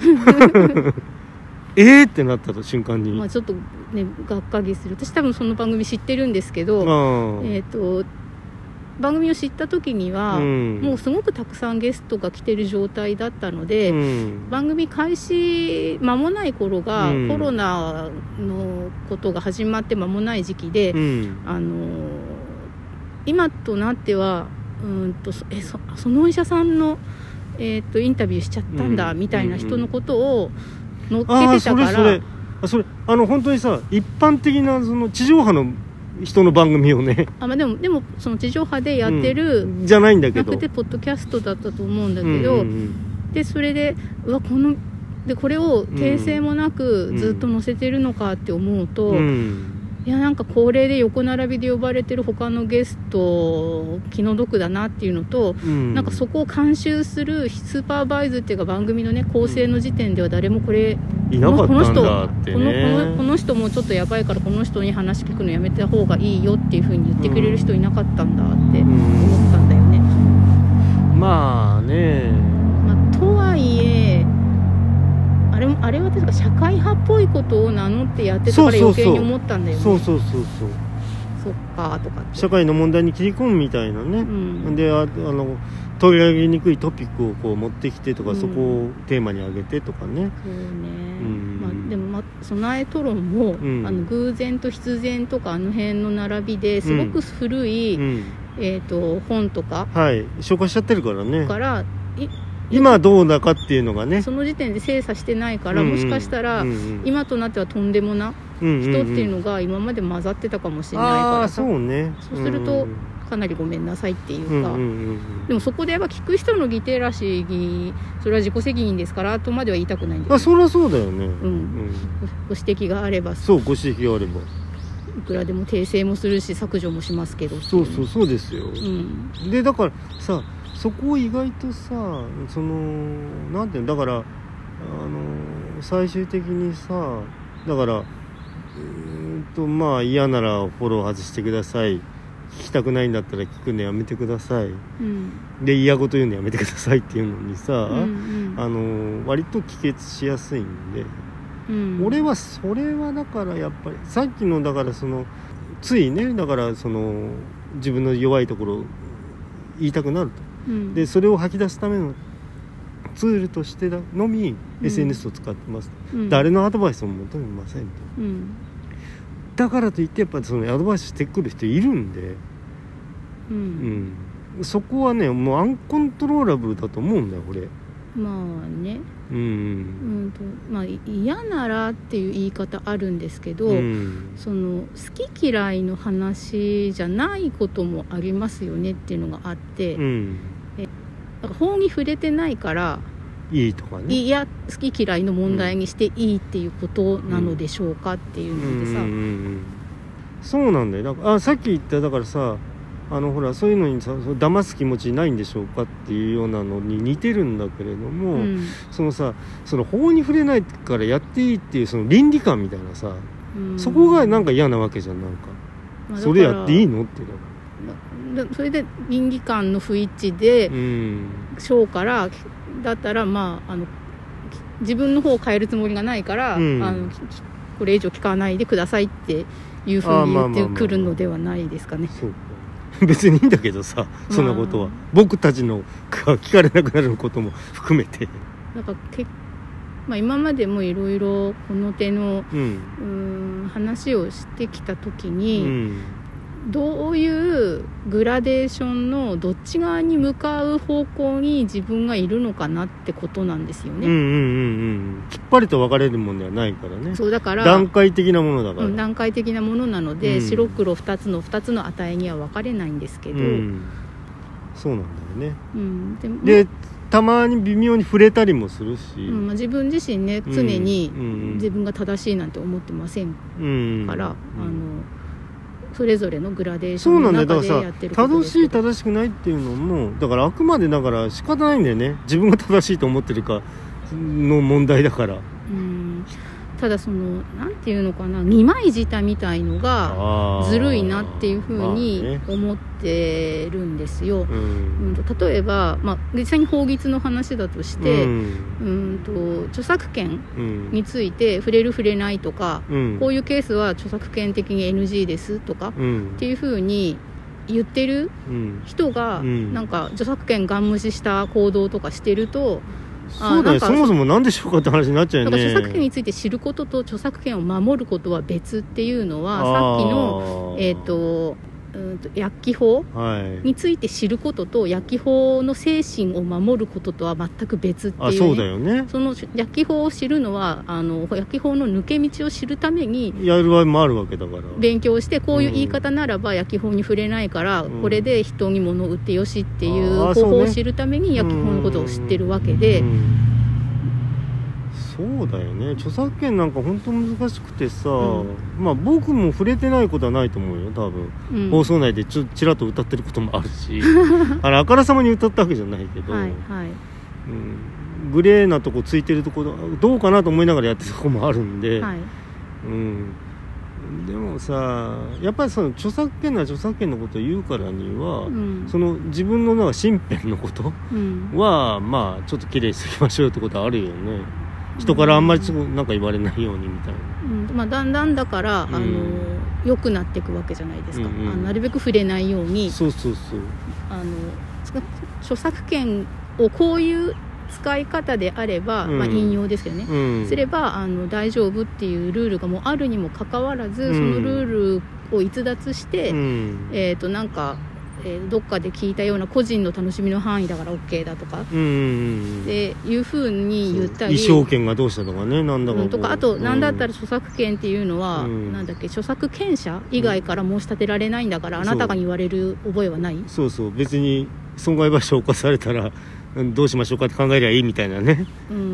えーってなった瞬間に、 まあ、ちょっとねがっかりする。私多分その番組知ってるんですけど、えーと番組を知った時には、うん、もうすごくたくさんゲストが来てる状態だったので、うん、番組開始間もない頃が、うん、コロナのことが始まって間もない時期で、うん、あの今となってはうんとえ そ, そのお医者さんの、えー、とインタビューしちゃったんだ、うん、みたいな人のことを乗っけてたから、あ、それそれあそれあの本当にさ一般的なその地上波の人の番組をねあ、まあ、でもでもその地上波でやってる、 うん、じゃないんだけどなくてポッドキャストだったと思うんだけど、うんうんうん、でそれでうわこのでこれを訂正もなくずっと載せてるのかって思うと、うんうんいやなんか恒例で横並びで呼ばれてる他のゲスト気の毒だなっていうのと、うん、なんかそこを監修するスーパーバイズっていうか番組のね構成の時点では誰もこれいなかったんだってね、 この人このこの人もちょっとやばいからこの人に話聞くのやめた方がいいよっていう風に言ってくれる人いなかったんだって思ったんだよね、 うん、 まあね、 まあ、とはいえあれもあれは確か社会派っぽいことを名乗ってやってたから余計に思ったんだよね。 そうそうそうそうそっかとかって社会の問題に切り込むみたいなね、うん、で あ, あの取り上げにくいトピックをこう持ってきてとか、うん、そこをテーマに挙げてとかね。そうね、 うんまあ、でも、ま、備えトロンも、うん、あの偶然と必然とかあの辺の並びですごく古い、うんうんえー、と本とか、 はい、紹介しちゃってるからね。 から今どうだかっていうのがね、 その時点で精査してないから、うんうん、もしかしたら、うんうん、今となってはとんでもな人っていうのが今まで混ざってたかもしれないからさ、 あそうね、 そうするとかなりごめんなさいっていうか、うんうんうん、でもそこでやっぱ聞く人のリテラシーにそれは自己責任ですからとまでは言いたくないんだよね。 あそりゃそうだよね、うんうん、 ご指摘があれば、 そうご指摘があればいくらでも訂正もするし削除もしますけど、 そうそうそうですよ、うん、でだからさそこを意外とさそのなんていうのだからあの最終的にさだからうーんとまあ嫌ならフォロー外してください、聞きたくないんだったら聞くのやめてください、うん、で嫌事言うのやめてくださいっていうのにさ、うんうん、あの割と帰結しやすいんで、うん、俺はそれはだからやっぱりさっきのだからそのついねだからその自分の弱いところを言いたくなると、うん、でそれを吐き出すためのツールとしてのみ エスエヌエス を使ってます、うん、誰のアドバイスも求めませんと、うん、だからといってやっぱそのアドバイスしてくる人いるんで、うんうん、そこはねもうアンコントローラブルだと思うんだよ俺。 まあね、 うんうんとまあ、嫌ならっていう言い方あるんですけど、うん、その好き嫌いの話じゃないこともありますよねっていうのがあって、うん、えだから法に触れてないからいいとかね、 いや好き嫌いの問題にしていいっていうことなのでしょうかっていうのでさ、うんうんうん、 そうなんだよ。だからあさっき言っただからさあのほらそういうのにさ騙す気持ちないんでしょうかっていうようなのに似てるんだけれども、うん、そのさその法に触れないからやっていいっていうその倫理観みたいなさ、うん、そこがなんか嫌なわけじゃん。なんか、まあ、それやっていいのってだそれで倫理観の不一致で、うん、小からだったらまああの自分の方を変えるつもりがないから、うん、あのこれ以上聞かないでくださいっていうふうに言ってくるのではないですかね。 そう別にいいんだけどさそんなことは僕たちのが聞かれなくなることも含めてなんかけ、まあ、今までもいろいろこの手の、うん、うーん話をしてきた時に、うん、どういうグラデーションのどっち側に向かう方向に自分がいるのかなってことなんですよね。 うんうんうんうんきっぱりと分かれるものではないからね。 そうだから段階的なものだから、 うん、段階的なものなので、うん、白黒ふたつのふたつの値には分かれないんですけど、うん、 そうなんだよね、うん、で, でたまに微妙に触れたりもするし、 うんまあ、自分自身ね常に自分が正しいなんて思ってませんから、うんうん、あのそれぞれのグラデーションの中でやってることですけど、 そうなんだよ。だからさ正しい正しくないっていうのもだからあくまでだから仕方ないんだよね。自分が正しいと思ってるかの問題だから。うんただそのなんていうのかな二枚舌みたいのがずるいなっていうふうに思ってるんですよ、うん、例えば、まあ、実際に法律の話だとして、うん、うんと著作権について触れる触れないとか、うん、こういうケースは著作権的に エヌジー ですとか、うん、っていうふうに言ってる人が、うん、なんか著作権ガン無視した行動とかしてるとそうだよそもそも何でしょうかって話になっちゃうよね。 著作権について知ることと著作権を守ることは別っていうのはさっきの、えーとうんと薬機法について知ることと薬機法の精神を守ることとは全く別っていう、ね、 あそうだよね。 その薬機法を知るのはあの薬機法の抜け道を知るためにやる場合もあるわけだから勉強してこういう言い方ならば薬機法に触れないから、うん、これで人に物を売ってよしっていう方法を知るために薬機法のことを知ってるわけで、うんうんそうだよね。著作権なんか本当難しくてさ、うん、まあ僕も触れてないことはないと思うよ多分、うん、放送内でちょちらっと歌ってることもあるしあれあからさまに歌ったわけじゃないけど、はいはいうん、グレーなとこついてるとこどうかなと思いながらやってるとこもあるんで、はいうん、 でもさやっぱりその著作権な著作権のことを言うからには、うん、その自分のなんか身辺のことは、うん、まあちょっときれいにしておきましょうってことはあるよね。人からあんまりなんか言われないようにみたいな、 うんまあ、だんだんだから、うん、あの良くなっていくわけじゃないですか、うんうん、あなるべく触れないようにそうそうそうあの著作権をこういう使い方であれば、うんまあ、引用ですけどね、うん、すればあの大丈夫っていうルールがもうあるにもかかわらず、うん、そのルールを逸脱して、うんえー、となんか、えー、どっかで聞いたような個人の楽しみの範囲だから OK だとか、うん、っていうふうに言ったり意思権がどうしたとかねなんだか、 うん、とかあと何だったら著作権っていうのは、うん、なんだっけ著作権者以外から申し立てられないんだから、うん、あなたが言われる覚えはない。 そうそう別に損害賠償を犯されたらどうしましょうかって考えりゃいいみたいなね、うんうん、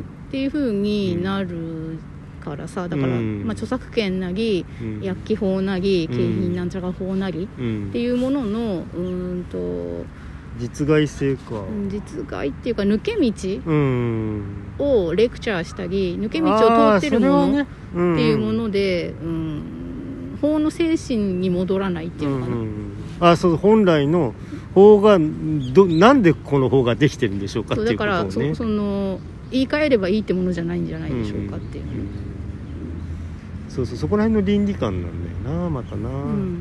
っていう風になるからさだから、うんまあ、著作権なり、うん、薬機法なり、うん、景品なんちゃら法なり、うん、っていうもののうーんと実害性か実害っていうか抜け道をレクチャーしたり抜け道を通ってるもの、ね、っていうもので、うん、法の精神に戻らないっていうのかな、うんうん、 あそう本来の法がどなんでこの法ができてるんでしょうかっていうことをねだから そ, その言い換えればいいってものじゃないんじゃないでしょうかっていう、うんうん、 そうそうそこら辺の倫理観なんだよなまたな、うん、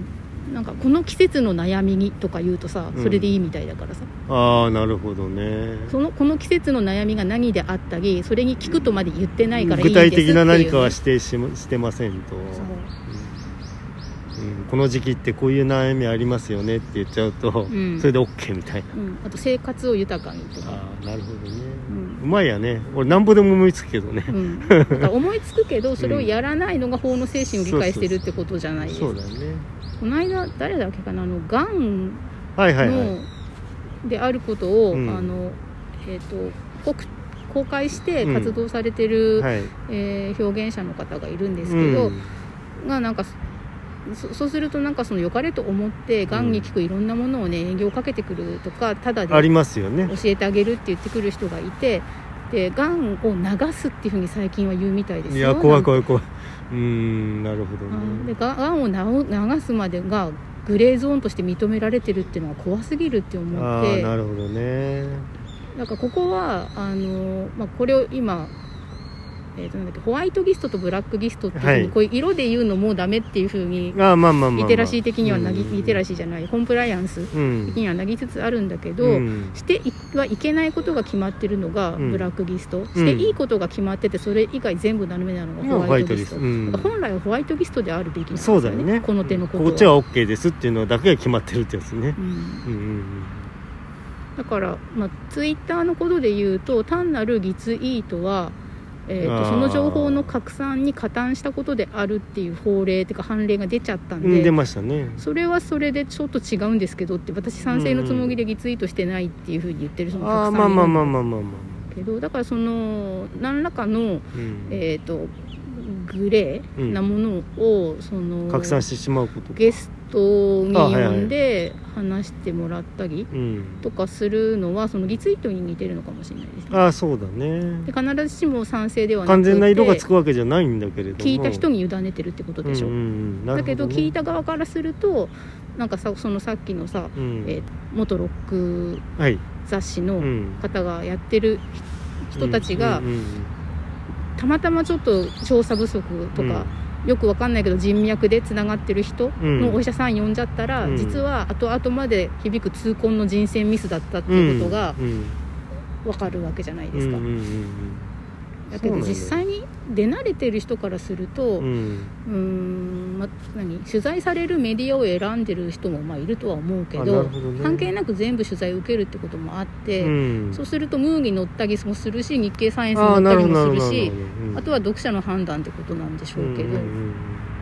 なんかこの季節の悩みにとか言うとさそれでいいみたいだからさ、 うん、ああなるほどねそのこの季節の悩みが何であったりそれに聞くとまで言ってないからいいんですっていう、ね、具体的な何かは指定 し, してませんとうん、この時期ってこういう悩みありますよねって言っちゃうと、うん、それで OK みたいな、うん、 あと生活を豊かにとかあなるほどね、うん、うまいやね俺なんぼでも思いつくけどね、うん、 だから思いつくけどそれをやらないのが法の精神を理解してるってことじゃないですか。 そうだねこの間誰だっけかなあのがんの、 はいはいはい、 であることを、うん、あのえっ、ー、と公開して活動されてる、うんはいえー、表現者の方がいるんですけど、うん、がなんかそ, そうするとなんかその良かれと思ってがんに効くいろんなものをね営業かけてくるとかただで教えてあげるって言ってくる人がいてでがんを流すっていうふうに最近は言うみたいですよ。 いや怖い怖い怖いうーんなるほどね。 でがんを流すまでがグレーゾーンとして認められてるっていうのは怖すぎるって思って。 あなるほどね。 だからここはあの、まあ、これを今えー、となんだっけホワイトギストとブラックギストっていう風に、はい、こういう色で言うのもダメっていう風にリテラシー的にはなぎ、うん、リテラシーじゃないコンプライアンス的にはなぎつつあるんだけど、うん、してはいけないことが決まってるのがブラックギスト、うん、していいことが決まっててそれ以外全部ダメなのがホワイトギスト、うん、本来はホワイトギストであるべきなんですよね。そうだよねこの手のことはこっちは OK ですっていうのだけが決まってるってやつね、うんうんうんだから、まあ、ツイッターのことで言うと単なるリツイートはえー、とその情報の拡散に加担したことであるっていう法令というか判例が出ちゃったんで、うん、 出ましたね。 それはそれでちょっと違うんですけどって私賛成のつもりでリツイートしてないっていうふうに言ってる人もたくさんいるんだけどだからその何らかの、うんえー、とグレーなものを、うん、その拡散してしまうことゲストに呼んで話してもらったりとかするのはそのリツイートに似てるのかもしれないですね。 ああそうだね。 で必ずしも賛成ではなくて完全な色がつくわけじゃないんだけれども聞いた人に委ねてるってことでしょ、うんうんうんね、だけど聞いた側からするとなんかさそのさっきのさ、うんえー、元ロック雑誌の方がやってる人たちが、うんうんうんうん、たまたまちょっと調査不足とか、うんよくわかんないけど人脈でつながってる人のお医者さん呼んじゃったら、うん、実は後々まで響く痛恨の人選ミスだったっていうことがわかるわけじゃないですか、うんうんうんうん、だけど実際に出慣れてる人からすると、うん、うーん、ま、何取材されるメディアを選んでる人もまあいるとは思うけ ど, ど、ね、関係なく全部取材を受けるってこともあって、うん、そうするとムーに乗ったりもするし日経サイエンスに乗ったりもするし あ, あとは読者の判断ってことなんでしょうけど、うんうん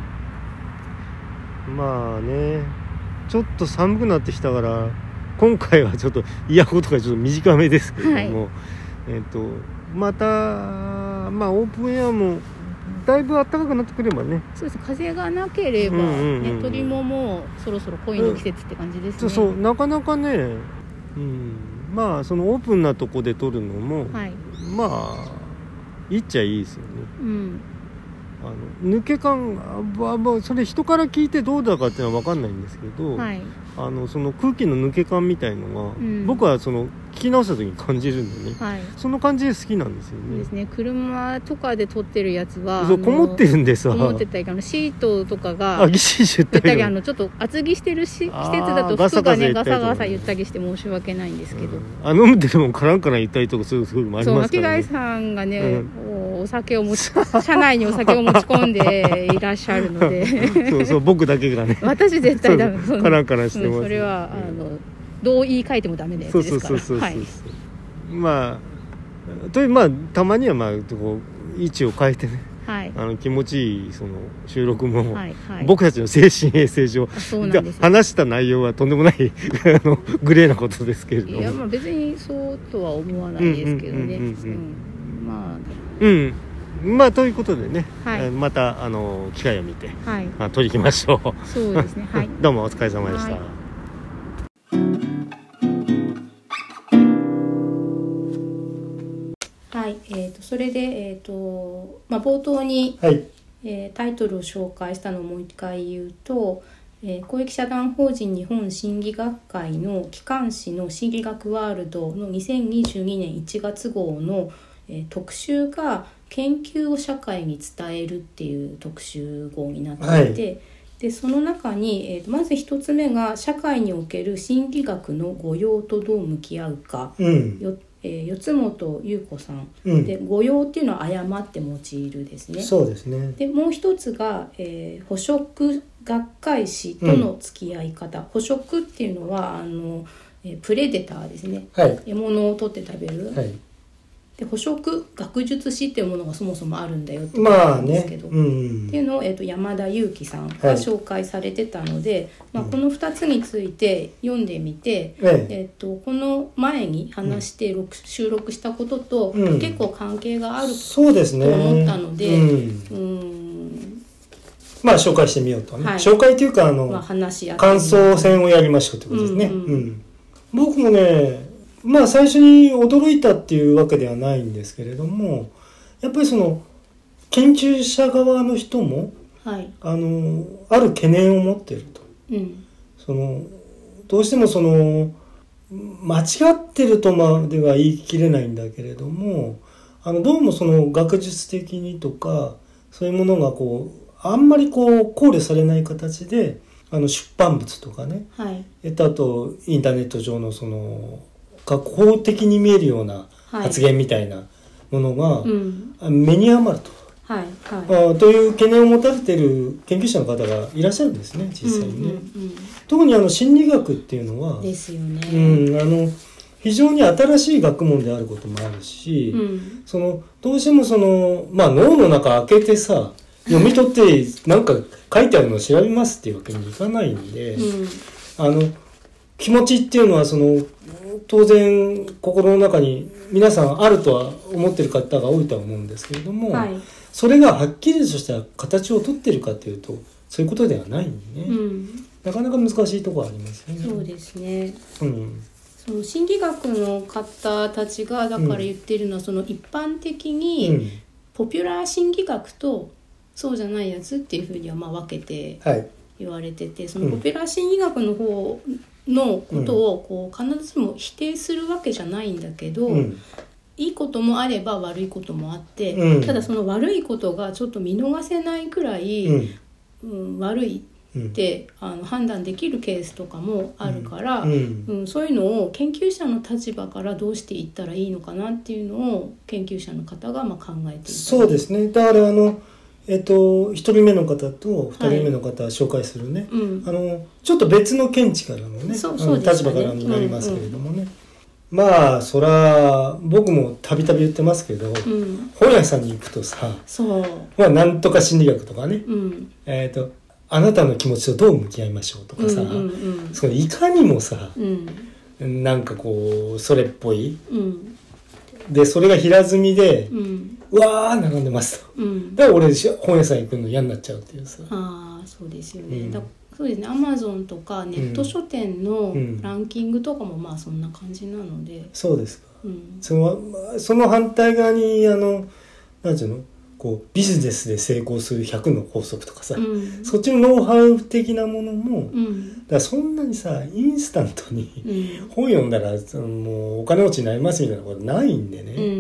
うん、まあねちょっと寒くなってきたから今回はちょっとイヤホンとかちょっと短めですけれども、はいえー、とまたまあオープンエアもだいぶ暖かくなってくればねそうです風がなければ、ねうんうんうん、鳥ももうそろそろ恋の季節って感じですね、うん、 そうなかなかね、うん、まあそのオープンなとこで撮るのも、はい、まあいいっちゃいいですよね、 うん、 あの抜け感はそれ人から聞いてどうだかっていうのは分かんないんですけど、はい、あのその空気の抜け感みたいのが、うん、僕はその聞き直した時に感じるんでね、はい、その感じで好きなんですよね。 ですね。車とかで撮ってるやつはそうこもってるんでさ、 こもってたりあのシートとかがあぎしし言ったりあのちょっと厚着してるし季節だと服がねガサガサ言ったりして申し訳ないんですけど、うん、 あ飲んでるもんカランカラン言ったりとかする時もありますからね。 そう巻貝さんがね、うん、お酒を持ち車内にお酒を持ち込んでいらっしゃるのでそうそう僕だけがね私絶対ダメカランカランしてます、 うん、それはあのどう言い換えてもダメなやつですから。そうそうそうそうそう、はい、まあというまあたまにはまあこう位置を変えてね、 はい、 あの気持ちいいその収録も、はいはい、僕たちの精神衛生上話した内容はとんでもないあのグレーなことですけれども、 いやまあ別にそうとは思わないですけどね。まあうんまあということでね、はい、またあの機会を見て、はいまあ、取り行きましょう。 そうですね、はい、 どうもお疲れ様でした。はいはい、えー、とそれで、えーとまあ、冒頭に、 はいえー、タイトルを紹介したのをもう一回言うと、えー、公益社団法人日本心理学会の機関誌の心理学ワールドのにせんにじゅうにねんいちがつ号の、えー、特集が研究を社会に伝えるっていう特集号になっていて、はい、でその中に、えー、とまず一つ目が社会における心理学の誤用とどう向き合うか、 うんよえー、四本優子さん、うん、で誤用っていうのは誤って用いるですね。 そうですね。 でもう一つが、えー、捕食学会誌との付き合い方、うん、捕食っていうのはあの、えー、プレデターですね、 はい、 獲物を取って食べる、 はい、 で捕食学術誌っていうものがそもそもあるんだよって言うんですけど、まあねうん、っていうのを、えー、と山田裕貴さんが紹介されてたので、はいまあ、このふたつについて読んでみて、うんえー、とこの前に話して、うん、収録したことと、うん、結構関係があると思ったので、うんうんまあ紹介してみようとね、はい、紹介というかあの、まあ、話し合って感想戦をやりましょうってことですね、うんうんうん、僕もねまあ最初に驚いたっていうわけではないんですけれども、やっぱりその研究者側の人も、はい、あのある懸念を持っていると、うん、そのどうしてもその間違ってるとまでは言い切れないんだけれども、あのどうもその学術的にとかそういうものがこうあんまりこう考慮されない形であの出版物とかね、はい、えっとあとインターネット上のその法的に見えるような発言みたいなものが、はいうん、目に余ると、はいはい、という懸念を持たれている研究者の方がいらっしゃるんですね実際にね、うんうんうん、特にあの心理学っていうのはですよね、 うん、あの非常に新しい学問であることもあるし、うん、そのどうしてもその、まあ、脳の中開けてさ読み取ってなんか書いてあるのを調べますっていうわけにいかないんで、うん、あの気持ちっていうのはその当然心の中に皆さんあるとは思っている方が多いとは思うんですけれども、はい、それがはっきりとした形をとっているかというとそういうことではないんでね、うん、なかなか難しいところありますよね。 そうですね、うん、その心理学の方たちがだから言ってるのは、うん、その一般的にポピュラー心理学とそうじゃないやつっていうふうにはまあ分けて言われてて、はい、そのポピュラー心理学の方のことをこう必ずしも否定するわけじゃないんだけど、うん、いいこともあれば悪いこともあって、うん、ただその悪いことがちょっと見逃せないくらい、うんうん、悪いって、うん、あの判断できるケースとかもあるから、うんうん、そういうのを研究者の立場からどうしていったらいいのかなっていうのを研究者の方がまあ考えていた。 そうですね。だからあのえっと、ひとりめの方とふたりめの方紹介するね、はいうん、あのちょっと別の見地からのね、そうそうですね、立場からになりますけれどもね、うんうん、まあそら僕もたびたび言ってますけど、うん、本屋さんに行くとさそう、まあ、なんとか心理学とかね、うん、えっとあなたの気持ちとどう向き合いましょうとかさ、うんうんうん、そのいかにもさ、うん、なんかこうそれっぽい、うん、でそれが平積みで、うんうわー並んでますと、うん、だから俺本屋さん行くの嫌になっちゃうっていうさああそうですよね、うん、だそうですねアマゾンとかネット書店のランキングとかもまあそんな感じなので、うん、 そうですか、うん、そのその反対側にあのなんていうのこうビジネスで成功するひゃくの法則とかさ、うん、そっちのノウハウ的なものも、うん、だからそんなにさインスタントに、うん、本読んだらもうお金持ちになりますみたいなことないんでね、うん、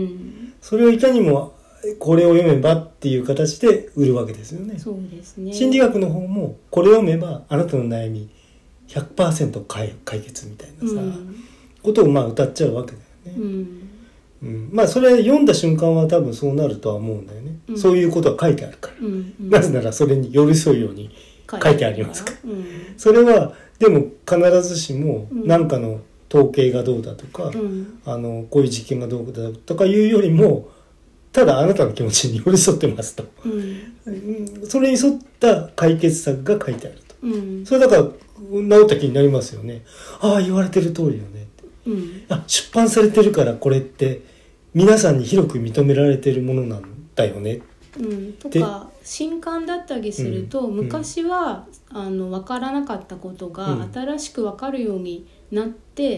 それをいかにもこれを読めばっていう形で売るわけですよね。 そうですね。 心理学の方もこれを読めばあなたの悩み ひゃくパーセント 解, 解決みたいなさ、うん、ことをまあ歌っちゃうわけだよね、うんうん、まあそれ読んだ瞬間は多分そうなるとは思うんだよね、うん、そういうことが書いてあるから、うんうん、なぜならそれに寄り添うように書いてありますから、うん、それはでも必ずしも何かの統計がどうだとか、うん、あのこういう実験がどうだとかいうよりもただあなたの気持ちに寄り添ってますと、うん、それに沿った解決策が書いてあると、うん、それだから治った気になりますよね。ああ言われてる通りよねって、うん、あ出版されてるからこれって皆さんに広く認められてるものなんだよね、 うん、とか新刊だったりすると、うん、昔は、うん、あの分からなかったことが新しく分かるようになって、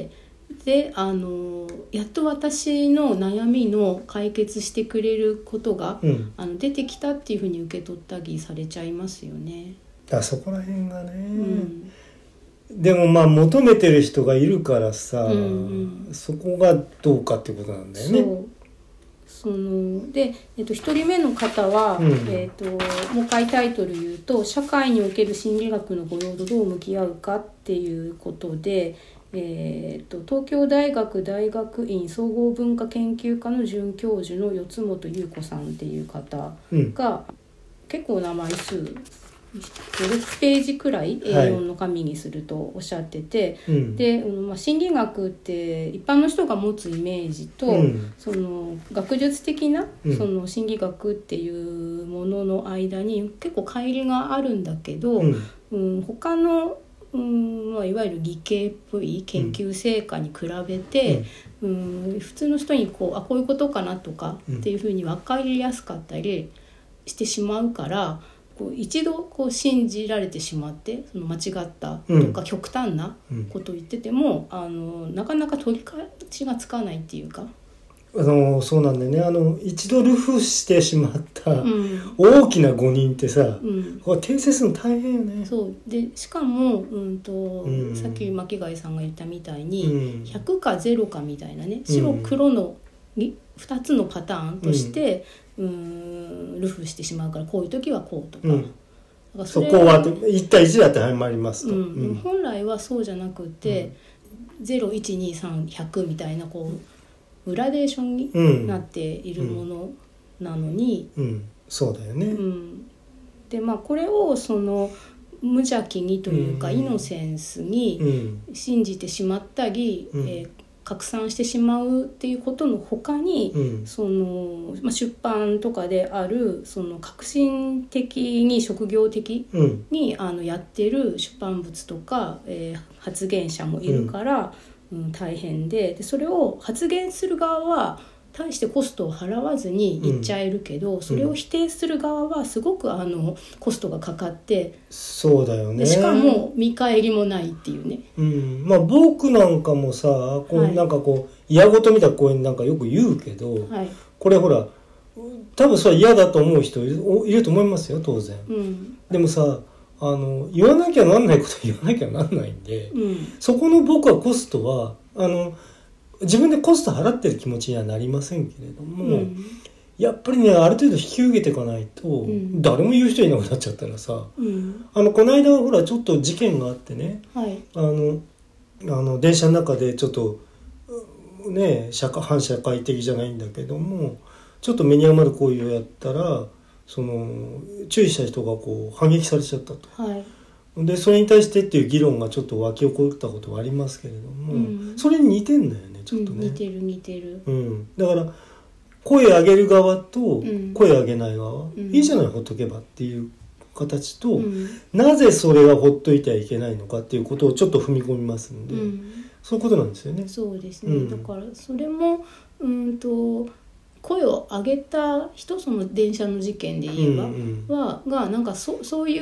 うん、であのやっと私の悩みの解決してくれることが、うん、あの出てきたっていうふうに受け取ったりされちゃいますよね。 あそこら辺がね、うんでもまあ求めてる人がいるからさ、うんうん、そこがどうかってことなんだよね。 そうそので、えっと、ひとりめの方は、うんえっと、もう一回タイトル言うと社会における心理学の誤用とどう向き合うかっていうことで、えっと、東京大学大学院総合文化研究科の准教授の四本優子さんっていう方が、うん、結構な枚数ろくページくらい エーよん の紙にするとおっしゃってて、はい、で、まあ、心理学って一般の人が持つイメージと、うん、その学術的な、うん、その心理学っていうものの間に結構乖離があるんだけど、うんうん、他の、うんまあ、いわゆる理系っぽい研究成果に比べて、うんうん、普通の人にこうあこういうことかなとかっていうふうに分かりやすかったりしてしまうからこう一度こう信じられてしまってその間違ったとか極端なことを言ってても、うん、あのなかなか取り返しがつかないっていうかあのそうなんだよね。あの一度ルフしてしまった大きな誤認ってさ、うん、これ訂正するの大変よね。 そうでしかも、うんとうん、さっき巻貝さんが言ったみたいに、うん、ひゃくかゼロかみたいなね白黒のふたつのパターンとして、うん、うーんルフしてしまうからこういう時はこうとか、うん、だからそれそこはいち対いちで当てはまりますと、 うんうん、本来はそうじゃなくて、うん、ゼロ、いち、に、さん、ひゃくみたいなこうグラデーションになっているものなのに、 うんうんうん、そうだよね、 うん、でまあこれをその無邪気にというか、うん、イノセンスに信じてしまったり、うんえー拡散してしまうっていうことの他に、うんそのまあ、出版とかであるその革新的に職業的に、うん、あのやってる出版物とか、えー、発言者もいるから、うんうん、大変 で, でそれを発言する側は対してコストを払わずに言っちゃえるけど、うん、それを否定する側はすごくあのコストがかかってそうだよね。 しかも見返りもないっていうね、 うんまあ、僕なんかもさこう、はい、なんかこう嫌ごとみたいな声なんかよく言うけど、はい、これほら多分それは嫌だと思う人い る, いると思いますよ当然、うん、でもさあの言わなきゃなんないこと言わなきゃなんないんで、うん、そこの僕はコストはあの自分でコスト払ってる気持ちにはなりませんけれども、うん、やっぱりねある程度引き受けていかないと、うん、誰も言う人いなくなっちゃったらさ、うん、あのこの間ほらちょっと事件があってね、はい、あのあの電車の中でちょっとね社会反社会的じゃないんだけどもちょっと目に余る行為をやったらその注意した人がこう反撃されちゃったと。はいでそれに対してっていう議論がちょっと湧き起こったことはありますけれども、うん、それに似てんだよねちょっとね、 うん、似てる似てる、 うん、だから声上げる側と声上げない側、うん、いいじゃないほっとけばっていう形と、うん、なぜそれはほっといてはいけないのかっていうことをちょっと踏み込みますんで、うん、そういうことなんですよね。 そうですね、うん、だからそれもうんと声を上げた人その電車の事件で言えば、うんうん、はがなんか そ, そういう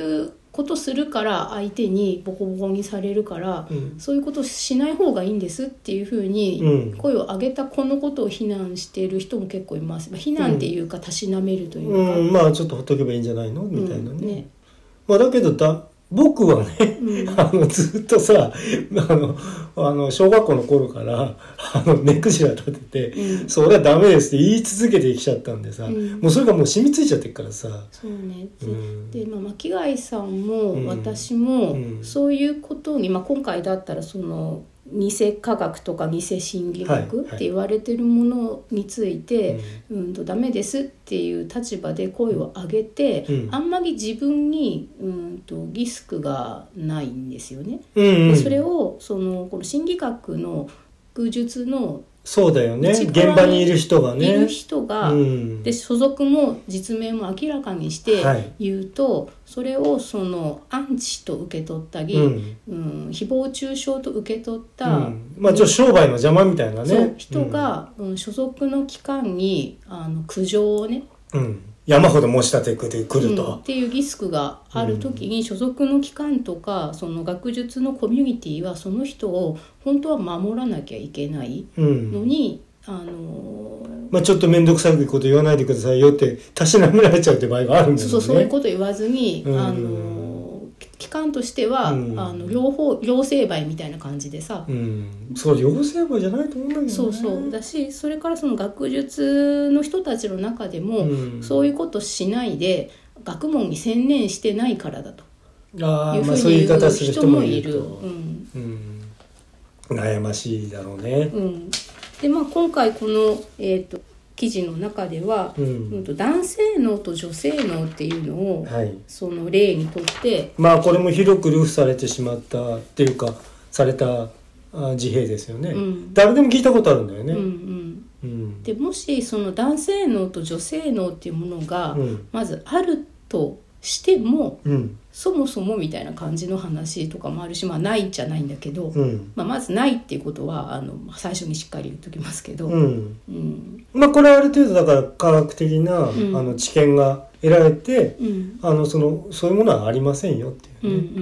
ことするから相手にボコボコにされるから、うん、そういうことしない方がいいんですっていうふうに声を上げた子のことを非難している人も結構います。まあ、非難っていうかたしなめるというか、 うんうん、まあちょっとほっとけばいいんじゃないのみたいなね、うんね、まあ、だけどだ僕はね、うん、あのずっとさあのあの小学校の頃からあの目くじら立てて、うん、それはダメですって言い続けてきちゃったんでさ、うん、もうそれがもう染みついちゃってるからさ。 そうね、うん、で、まあ、巻貝さんも私もそういうことに、まあ、今回だったらその偽科学とか偽心理学って言われてるものについて、はいはい、うんとダメですっていう立場で声を上げて、うん、あんまり自分にうんとリスクがないんですよね、うんうん、でそれをそのこの心理学の学術のそうだよね、現場にいる人がねいる人が、うん、で所属も実名も明らかにして言うと、はい、それをそのアンチと受け取ったり、うんうん、誹謗中傷と受け取った、うん、まあちょっと商売の邪魔みたいなね、そう人が、うん、所属の機関にあの苦情をね、 うん、山ほど申し立ててくると、うん、 っていうリスクがある時に、うん、所属の機関とかその学術のコミュニティはその人を本当は守らなきゃいけないのに、うん、あのー、 まあ、ちょっと面倒くさいこと言わないでくださいよってたしなめられちゃうって場合があるんだよね。 そうそういうこと言わずに、うん、あのー、機関としては、うん、あの両方両成敗みたいな感じでさ、 うん、そう両成敗じゃないと思うんだけどね。 そうそうだし、それからその学術の人たちの中でも、うん、そういうことしないで学問に専念してないからだというふうに言う人もいる。うんうん、悩ましいだろうね。 うん、でまあ今回この、えーと記事の中では、うん、男性脳と女性脳っていうのを、はい、その例にとってまあこれも広く流布されてしまったっていうかされた事例ですよね、うん、誰でも聞いたことあるんだよね、うんうんうん、でもしその男性脳と女性脳っていうものがまずあるとしても、うん、そもそもみたいな感じの話とかもあるし、まあないんじゃないんだけど、うんまあ、まずないっていうことはあの最初にしっかり言っときますけど、うんうん、まあこれはある程度だから科学的な、うん、あの知見が得られて、うん、あのそのそういうものはありませんよっていうね、うんうんうん、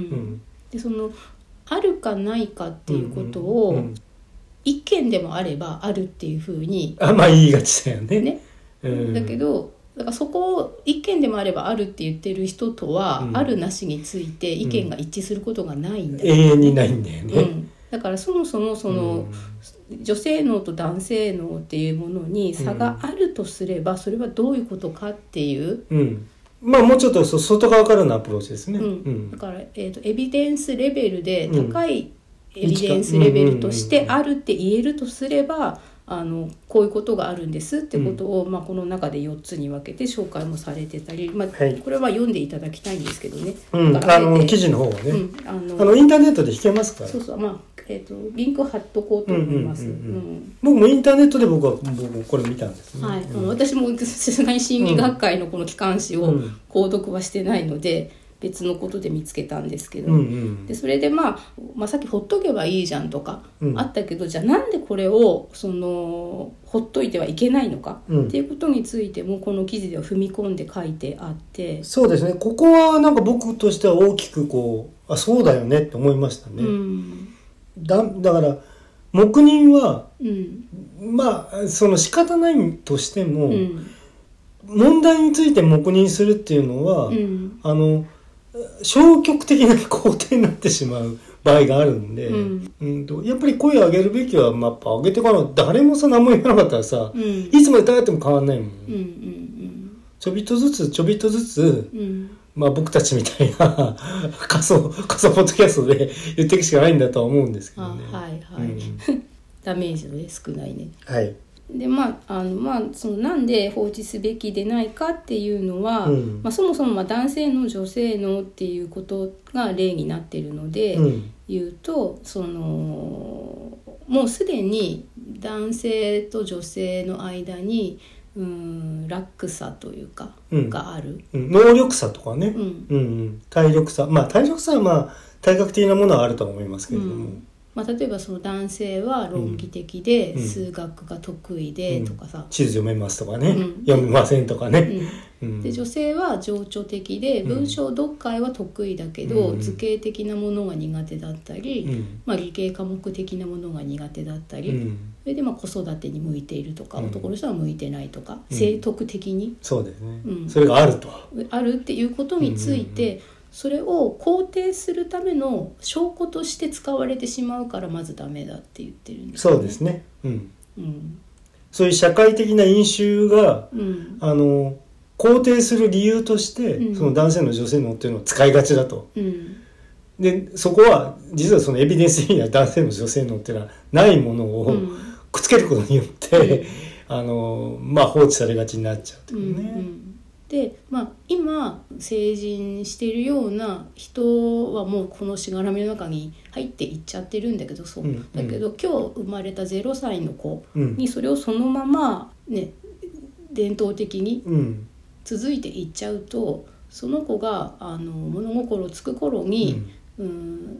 でそのあるかないかっていうことを、うんうんうん、一見でもあればあるっていうふうにあまあ言いがちだよね、 ね、うん、だけどだからそこを一見でもあればあるって言ってる人とは、うん、あるなしについて意見が一致することがないんだよね、 うん、永遠にないんだよね、うん、 だからそもそもその、うん、女性脳と男性脳っていうものに差があるとすれば、それはどういうことかっていう、 うん、まあもうちょっと外側からのアプローチですね、 うんうん、だから、えーと、エビデンスレベルで高いエビデンスレベルとしてあるって言えるとすれば、あのこういうことがあるんですってことを、うんまあ、この中でよっつに分けて紹介もされてたり、まあはい、これは読んでいただきたいんですけどね、 うん、あの記事の方はね、うん、あのあのインターネットで引けますから。 そうそう、まあえーと、リンク貼っとこうと思います。 僕もインターネットで僕は僕これ見たんですね、 はいうん、私もさすがに心理学会のこの機関誌を購読はしてないので、別のことで見つけたんですけど、うんうん、でそれで、まあ、まあさっきほっとけばいいじゃんとかあったけど、うん、じゃあなんでこれをそのほっといてはいけないのか、うん、っていうことについてもこの記事では踏み込んで書いてあって、 そうですね、ここはなんか僕としては大きくこうあそうだよねって思いましたね、うん、だ, だから黙認は、うん、まあその仕方ないとしても、うん、問題について黙認するっていうのは、うん、あの消極的な肯定になってしまう場合があるんで、うんうん、とやっぱり声を上げるべきは、まあ、やっぱ上げていかない。誰もさ何も言わなかったらさ、うん、いつまでたっても変わんないもん、うんうんうん、ちょびっとずつちょびっとずつ、うんまあ、僕たちみたいな仮想仮想ポッドキャストで言っていくしかないんだとは思うんですけどね。 あはいはい、うん、ダメージの少ないね。 はいでまああのまあ、そのなんで放置すべきでないかっていうのは、うんまあ、そもそもまあ男性の女性のっていうことが例になっているので、うん、言うとそのもうすでに男性と女性の間にうん落差というか、うん、がある、 うん、能力差とかね、うんうんうん、体力差まあ体力差はまあ体格的なものはあるとは思いますけれども、うんまあ、例えばその男性は論理的で数学が得意でとかさ、うんうん、 地図読めますとかね、うん、読めませんとかね、 うん、で女性は情緒的で文章読解は得意だけど、うん、図形的なものが苦手だったり、うんまあ、理系科目的なものが苦手だったり、うん、それでまあ子育てに向いているとか、うん、男の人は向いてないとか、うん、性徳的に、 そうですね、うん、それがあるとあるっていうことについて、うんうんうん、それを肯定するための証拠として使われてしまうからまずダメだって言ってるんですよね。そうですね、うんうん、そういう社会的な因習が、うん、あの肯定する理由として、うん、その男性の女性のっていうのを使いがちだと、うん、でそこは実はそのエビデンス的には男性の女性のっていうのはないものをくっつけることによって、うん、あのまあ、放置されがちになっちゃうというね、うんうんでまあ、今成人しているような人はもうこのしがらみの中に入っていっちゃってるんだけどそう、うんうん、だけど今日生まれたゼロさいの子にそれをそのまま、ね、伝統的に続いていっちゃうとその子があの物心つく頃に、うんうん、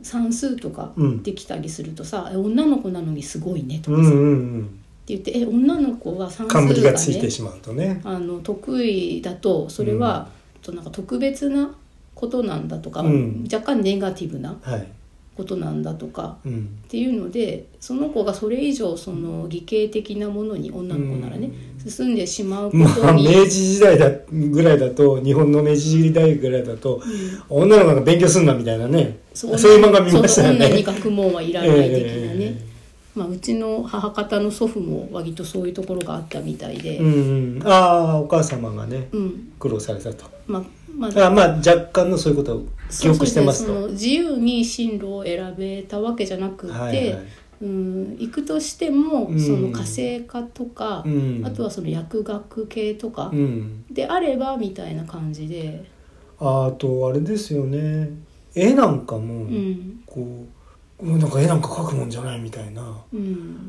算数とかできたりするとさ、うん、女の子なのにすごいねとかさ、うんうんうんって言ってえ女の子は算数がね、 冠がついてしまうとねあの得意だとそれは、うん、となんか特別なことなんだとか、うん、若干ネガティブなことなんだとか、はい、っていうのでその子がそれ以上その理系的なものに女の子ならね、うん、進んでしまうことに、 まあ、明治時代だぐらいだと日本の明治時代ぐらいだと、うん、女の子が勉強すんなみたいなねそういう漫画見ましたよね。 女に学問はいらない的なね、えーまあ、うちの母方の祖父も割とそういうところがあったみたいで、 うんうん、ああお母様がね、うん、苦労されたと、まあまあ、あまあ若干のそういうことを記憶してますと。 そうそうその自由に進路を選べたわけじゃなくて、はいはい、うん、行くとしても、うん、その家政科とか、うん、あとはその薬学系とか、うん、であればみたいな感じで、 あ, あとあれですよね絵なんかも、うん、こうなんか絵なんか描くもんじゃないみたいな、うん、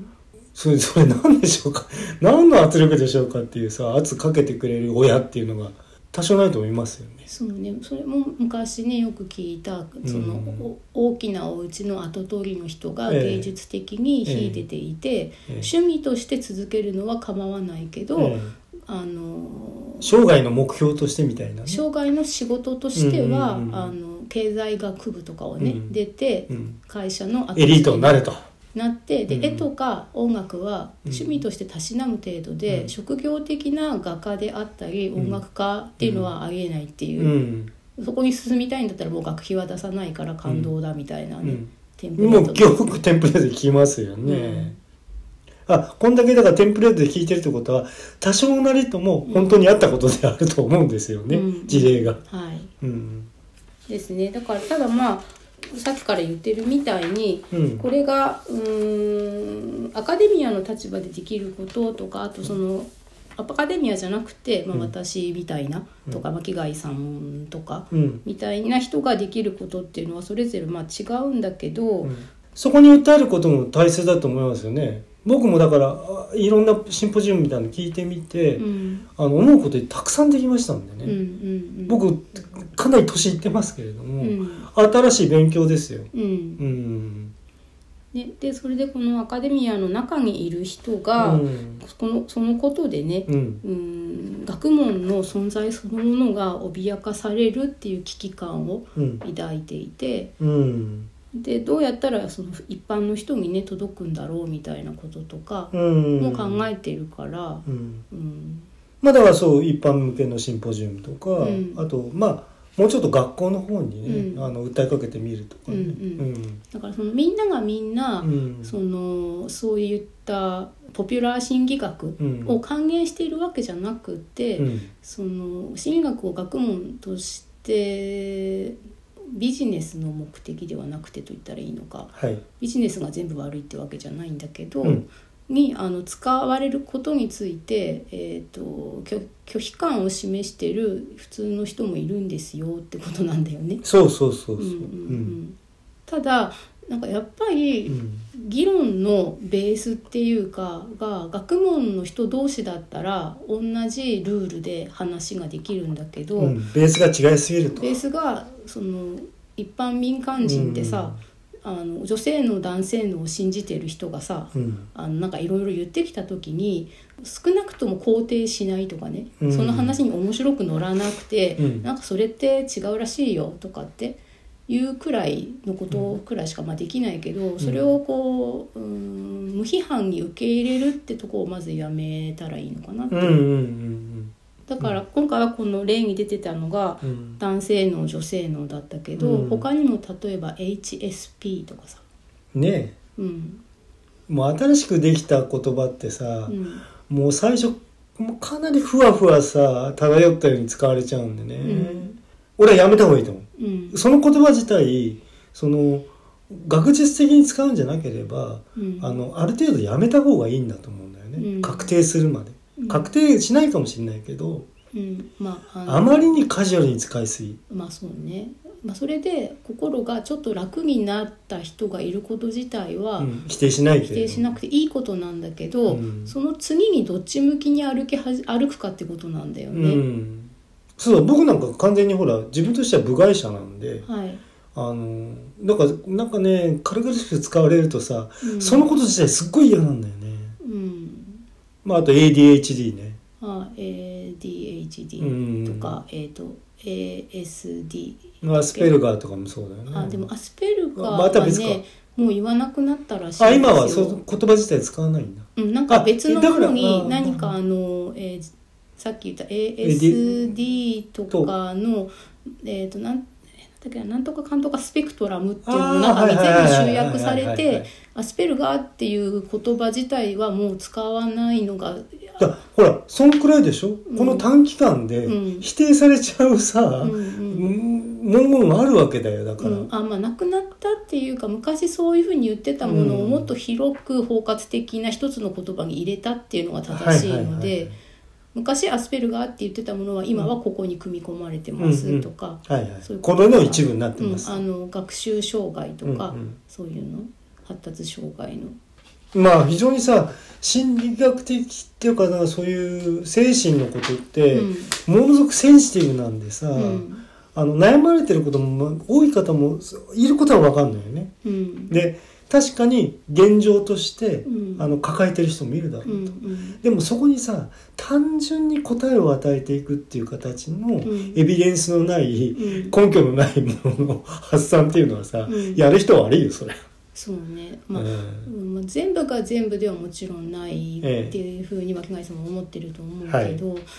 それそれ何でしょうか何の圧力でしょうかっていうさ圧かけてくれる親っていうのが多少ないと思いますよね。 そうね、それも昔ねよく聞いたその、うん、大きなお家の跡取りの人が芸術的に秀でていて、えーえー、趣味として続けるのは構わないけど、えーあの生涯の目標としてみたいな、ね、 生涯の仕事としては、うんうんうん、あの経済学部とかをね、うん、出て、うん、会社のエリートになれとなってで、うん、絵とか音楽は趣味としてたしなむ程度で、うん、職業的な画家であったり、うん、音楽家っていうのはありえないっていう、うん、そこに進みたいんだったらもう学費は出さないから感動だみたいなね、うん、 テンプレートもうよくテンプレートで聞きますよね、うんあこんだけだからテンプレートで聞いてるってことは多少なりとも本当にあったことであると思うんですよね、うん、事例が、 はいうん、ですね。だからただまあさっきから言ってるみたいに、うん、これがうーんアカデミアの立場でできることとかあとそのアカデミアじゃなくて、まあ、私みたいな、うん、とか巻貝さんとか、うん、みたいな人ができることっていうのはそれぞれまあ違うんだけど、うん、 そこに訴えることも大切だと思いますよね。僕もだからいろんなシンポジウムみたいなの聞いてみて、うん、あの思うことたくさんできましたんでね、うんうんうん、僕かなり年いってますけれども、うん、新しい勉強ですよ、うんうんね、でそれでこのアカデミアの中にいる人が、うん、このそのことでね、うんうん、学問の存在そのものが脅かされるっていう危機感を抱いていて、うんうんでどうやったらその一般の人にね届くんだろうみたいなこととかも考えてるから、うんうん、まあだからそう一般向けのシンポジウムとか、うん、あとまあもうちょっと学校の方にね、うん、あの訴えかけてみるとかね、うんうんうん、だからそのみんながみんな、うん、そのそういったポピュラー心理学を歓迎しているわけじゃなくて、うん、その心理学を学問としてビジネスの目的ではなくてと言ったらいいのか、はい、ビジネスが全部悪いってわけじゃないんだけど、うん、にあの使われることについて、えーと、拒、拒否感を示している普通の人もいるんですよってことなんだよね。 そうそうそうそう、うんうんうんうんただなんかやっぱり議論のベースっていうかが学問の人同士だったら同じルールで話ができるんだけど、うん、 ベースが違いすぎるとベースがその一般民間人ってさ、 あの女性の男性のを信じてる人がさ、うん、あのなんかいろいろ言ってきた時に少なくとも肯定しないとかね、うん、その話に面白く乗らなくて、うん、なんかそれって違うらしいよとかっていうくらいのことくらいしかまあできないけど、うん、それをこう、うん、無批判に受け入れるってとこをまずやめたらいいのかなって、うんうんうんうん、だから今回はこの例に出てたのが男性脳女性脳だったけど、うん、他にも例えば エイチエスピー とかさねえ、 うん、 もう新しくできた言葉ってさ、うん、もう最初もうかなりふわふわさ漂ったように使われちゃうんでね、うん、俺はやめた方がいいと思う、うん、その言葉自体その学術的に使うんじゃなければ、うん、あのある程度やめた方がいいんだと思うんだよね、うん、確定するまで確定しないかもしれないけど、うんまあ、あ, あまりにカジュアルに使いすぎ、 まあそうね、まあ、それで心がちょっと楽になった人がいること自体は、うん、 否定しないけど否定しなくていいことなんだけど、うん、その次にどっち向きに歩きはじ歩くかってことなんだよね、うん、 そう僕なんか完全にほら自分としては部外者なんで、 はい、 あのだからなんかね軽々しく使われるとさ、うん、そのこと自体すっごい嫌なんだよね、うんまあ、あと エーディーエイチディー ねあ エーディーエイチディー とか、うん、えっ、ー、と エーエスディーアスペルガーとかもそうだよね。 あでもアスペルガーはね、もう言わなくなったらしいですよ。 あ今はその言葉自体使わないんだ。 うん、なんか別のものに何かあの、えー、さっき言った エーエスディー とかのえっ、ー、となんだけどなんとかかんとかスペクトラムっていうの中に全部集約されてアスペルガーっていう言葉自体はもう使わないのがだほらそんくらいでしょ、うん、この短期間で否定されちゃうさ、うんうん、文言があるわけだよだから、うん、 あまあなくなったっていうか昔そういうふうに言ってたものをもっと広く包括的な一つの言葉に入れたっていうのが正しいので昔アスペルガーって言ってたものは今はここに組み込まれてますとか、 このの一部になってます、 うん、あの学習障害とか、うんうん、そういうの発達障害のまあ非常にさ心理学的っていうかなそういう精神のことって、うん、ものすごくセンシティブなんでさ、うん、あの悩まれてることも多い方もいることは分かんないよね、うん、で確かに現状として、うん、あの抱えてる人もいるだろうと、うんうん、でもそこにさ単純に答えを与えていくっていう形のエビデンスのない、うん、根拠のないものの発散っていうのはさ、うん、やる人は悪いよそれ。 そうね、まあうんまあ、全部が全部ではもちろんないっていうふうに巻貝さんも思ってると思うけど、はい、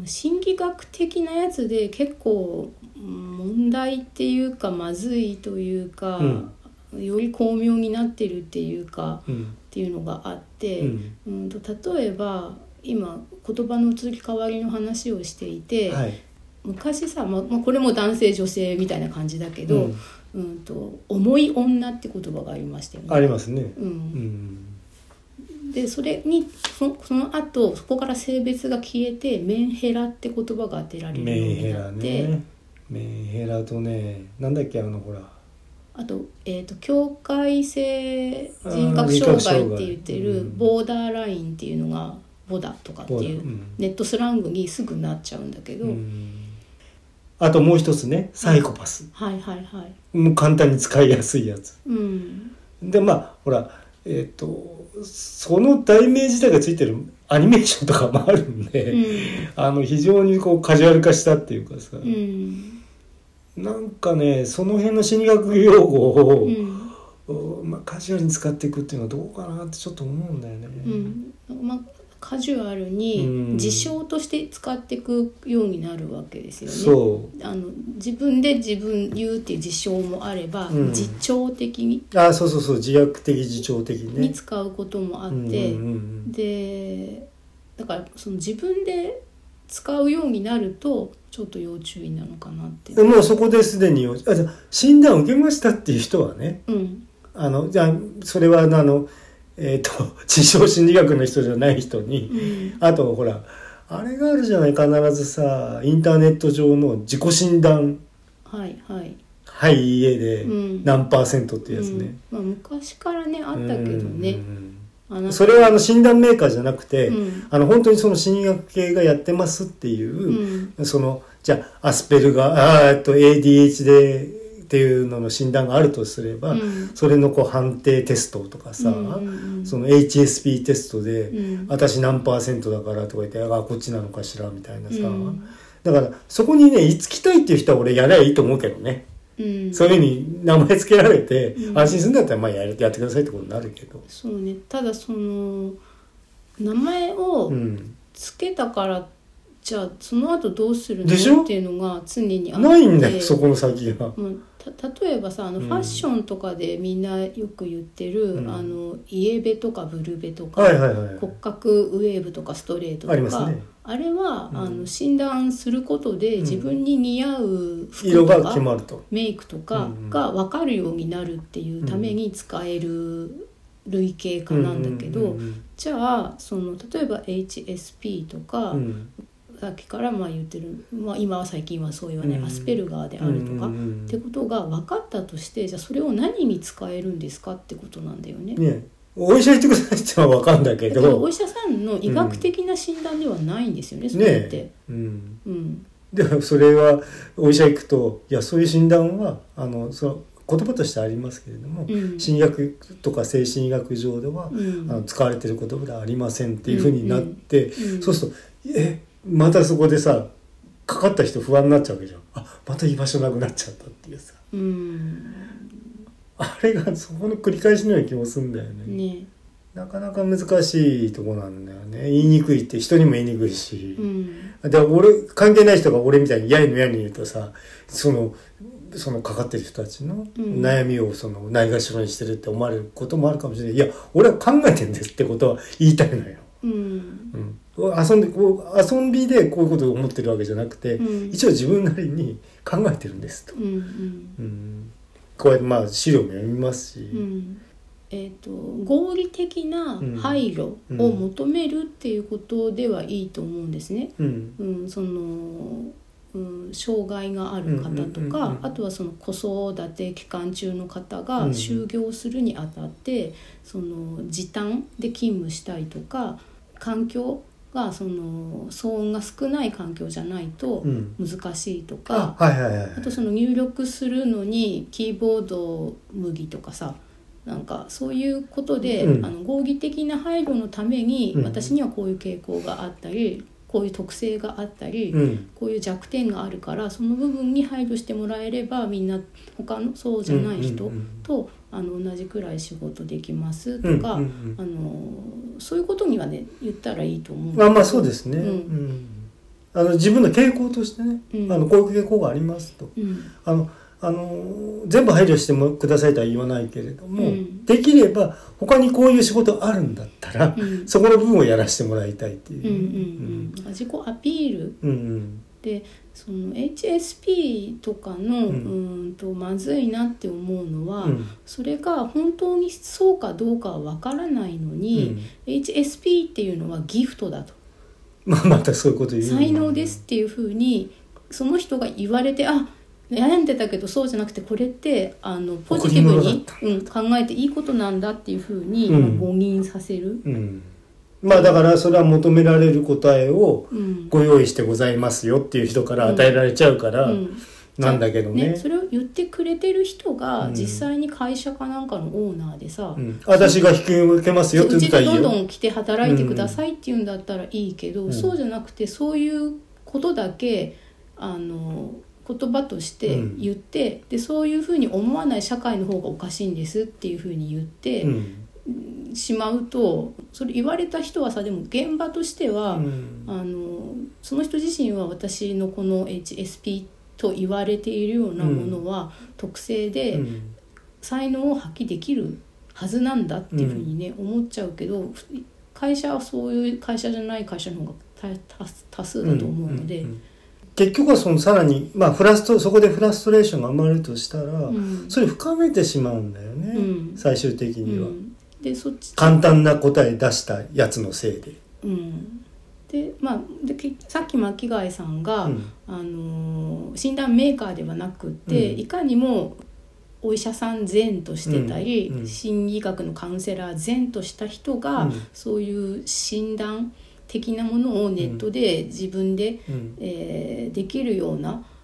心理学的なやつで結構問題っていうかまずいというか、うん、より巧妙になってるっていうか、うん、っていうのがあって、うんうん、と例えば今言葉の移り変わりの話をしていて、はい、昔さ、まあ、これも男性女性みたいな感じだけど、うんうんと重い女って言葉がありましたよね。 ありますね、 うんうん、でそれに そ, その後そこから性別が消えてメンヘラって言葉が当てられるようになって、メンヘラね、 メンヘラとねなんだっけあのほらあと、えーと境界性人格障害って言ってるボーダーラインっていうのがボダとかっていうネットスラングにすぐなっちゃうんだけど、うんあともう一つねサイコパス、 はいはいはい、 もう簡単に使いやすいやつ、 うん、 でまあほらえっ、ー、とその題名自体がついてるアニメーションとかもあるんで、うん、あの非常にこうカジュアル化したっていうかさ、うん、なんかねその辺の心理学用語を、うんまあ、カジュアルに使っていくっていうのはどうかなってちょっと思うんだよね、 うんまあカジュアルに事象として使っていくようになるわけですよね。そうあの自分で自分言うっていう事象もあれば、うん、自聴的にあそうそうそう自虐的自聴的に、ね、 に使うこともあって、うんうんうん、でだからその自分で使うようになるとちょっと要注意なのかなって。 もうそこですでにあじゃ診断を受けましたっていう人はね、うん、あのじゃあそれはあのえー、と自称心理学の人じゃない人に、うん、あとほらあれがあるじゃない必ずさインターネット上の自己診断はいはいはい家で何パーセントってやつね、 うんまあ、昔からねあったけどね、 うん、それはあの診断メーカーじゃなくて、うん、あの本当にその心理学系がやってますっていう、うん、そのじゃあアスペルガーあーと エーディーエイチ でっていうのの診断があるとすれば、うん、それのこう判定テストとかさ、うんうんうん、その エイチエスピー テストで、うん、私何パーセントだからとか言って、あこっちなのかしらみたいなさ、うん、だからそこにね居つきたいっていう人は俺やりゃいいと思うけどね、うん、そういうふうに名前付けられて、うん、安心するんだったらまあ や, やってくださいってことになるけど、 そうね、ただその名前を付けたから、うん、じゃあその後どうするのっていうのが常にあって、 ないんだよそこの先が。 もうた例えばさあのファッションとかでみんなよく言ってる、うん、あのイエベとかブルベとか、はいはいはい、骨格ウェーブとかストレートとか ありますね。あれは、うん、あの診断することで自分に似合う服とか、色が決まるとメイクとかが分かるようになるっていうために使える類型化なんだけど、じゃあその例えば エイチエスピー とか、うん、さっきからまあ言ってる、まあ、今は最近はそう言わない、うん、アスペルガーであるとか、うん、ってことが分かったとして、じゃあそれを何に使えるんですかってことなんだよね。 ね、お医者行ってくださいってのは分かんだけど、だからお医者さんの医学的な診断ではないんですよね、うん、それって、ね、うんうん、でもそれはお医者行くと、いやそういう診断はあのその言葉としてありますけれども、うん、新薬とか精神医学上では、うん、あの使われている言葉ではありませんっていうふうになって、うんうん、そうするとえまたそこでさかかった人不安になっちゃうわけじゃん。あまた居場所なくなっちゃったっていうさ、うん、あれがそこの繰り返しのような気もするんだよ ね, ねなかなか難しいとこなんだよね。言いにくいって人にも言いにくいし、うん、で俺関係ない人が俺みたいにやいのやに言うとさ、そのそのかかってる人たちの悩みをそのないがしろにしてるって思われることもあるかもしれない。いや俺は考えてるんですってことは言いたいのよ、うんうん、遊んでこう遊びでこういうことを思ってるわけじゃなくて、うん、一応自分なりに考えてるんですと、うんうんうん、こうやってまあ資料も読みますし、うんえーと、合理的な配慮を求めるっていうことではいいと思うんですね、うんうん、そのうん、障害がある方とか、うんうんうんうん、あとはその子育て期間中の方が就業するにあたって、うん、その時短で勤務したいとか、環境がその騒音が少ない環境じゃないと難しいとか、うん、あ、はいはいはい、あとその入力するのにキーボード麦とかさ、なんかそういうことで、うん、あの合理的な配慮のために、うん、私にはこういう傾向があったりこういう特性があったり、うん、こういう弱点があるからその部分に配慮してもらえればみんな他のそうじゃない人と、うんうんうん、あの同じくらい仕事できますとか、うんうんうん、あのそういうことにはね言ったらいいと思うんだけど、まあまあそうですね、うんうん、あの自分の傾向としてね、うん、あのこういう傾向がありますと、うん、あのあの全部配慮してもくださいとは言わないけれども、うん、できれば他にこういう仕事あるんだったら、うん、そこの部分をやらせてもらいたいっていう、うんうんうん、自己アピール、うんうん、でその エイチエスピー とかの、うん、うんとまずいなって思うのは、うん、それが本当にそうかどうかは分からないのに、うん、エイチエスピー っていうのはギフトだと、 まあ、またそういうこと言う才能ですっていうふうにその人が言われて、あ悩んでたけどそうじゃなくてこれってあのポジティブに、うん、考えていいことなんだっていうふうに、うん、誤認させる、うん、 まあだからそれは求められる答えをご用意してございますよっていう人から与えられちゃうから、うんうん、なんだけど ね, ねそれを言ってくれてる人が実際に会社かなんかのオーナーでさ、うん、 私が引き受けますよって言ったらいいよ、 うちでどんどん来て働いてくださいって言うんだったらいいけど、うん、そうじゃなくてそういうことだけあの言葉として言って、うん、でそういうふうに思わない社会の方がおかしいんですっていうふうに言って、うん、しまうと、それ言われた人はさ、でも現場としては、うん、あのその人自身は私のこの エイチエスピー と言われているようなものは特性で、うん、才能を発揮できるはずなんだっていうふうにね、うん、思っちゃうけど、会社はそういう会社じゃない会社の方が 多, 多数だと思うので、うんうんうん、 結局はそのさらに、まあ、フラストそこでフラストレーションが生まれるとしたら、うん、それ深めてしまうんだよね、うん、最終的には、うん、でそっち簡単な答え出したやつのせいで、うん、 でまあ、でさっき巻貝さんが、うん、あの診断メーカーではなくって、うん、いかにもお医者さん前としてたり、うんうん、心理学のカウンセラー前とした人が、うん、そういう診断的なものをネットで自分で、うんえー、できるような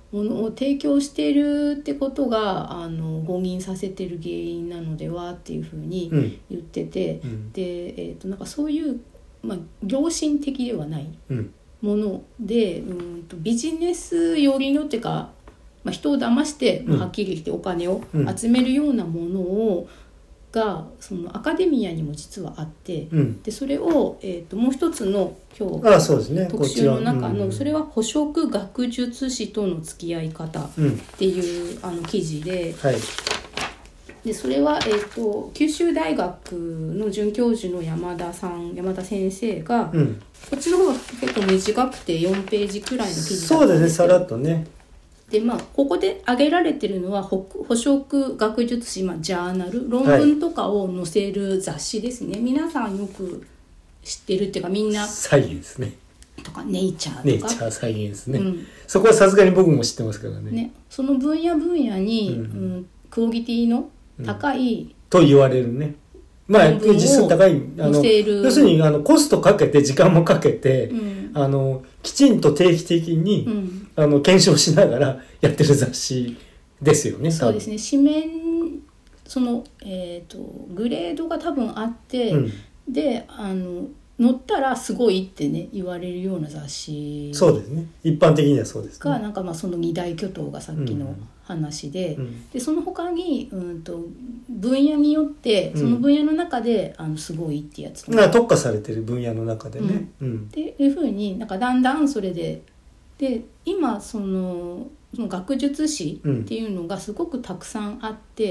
ものを提供しているってことがあの誤認させてる原因なのではっていうふうに言ってて、うん、で、えーと、なんかそういう、まあ、良心的ではないもので、うん、とビジネス寄りのっていうか、まあ、人を騙して、まあ、はっきり言ってお金を集めるようなものを、うん、がそのアカデミアにも実はあって、うん、でそれを、えーと、もう一つの今日あそうですね、 特集の中の、うん、それは捕食学術史との付き合い方っていう、うん、あの記事で、はい、でそれは、えーと、九州大学の准教授の山田さん山田先生が、うん、こっちの方が結構短くてよんページくらいの記事だったんですけど、そうですね、さらっとね。でまあ、ここで挙げられてるのは捕食学術誌、まあ、ジャーナル論文とかを載せる雑誌ですね、はい、皆さんよく知ってるっていうかみんなサイエンスねとかネイチャーとかネイチャーサイエンスね、うん、そこはさすがに僕も知ってますから ね, ねその分野分野に、うんうん、クオリティの高い、 うん、と言われるね、まあ実数高いあの要するにあのコストかけて時間もかけて、うん、あのきちんと定期的に、うん、あの検証しながらやってる雑誌ですよね。 そうですね、紙面その、えーと、グレードが多分あって、うん、であの載ったらすごいってね言われるような雑誌、 そうですね、一般的にはそうですね、 がなんかまあその二大巨頭がさっきの話で、うん、でその他に、うんと、分野によってその分野の中で、うん、あのすごいってやつとか、 特化されてる分野の中でね、 うんうん、っていうふうになんかだんだんそれでで今そのその学術誌っていうのがすごくたくさんあって、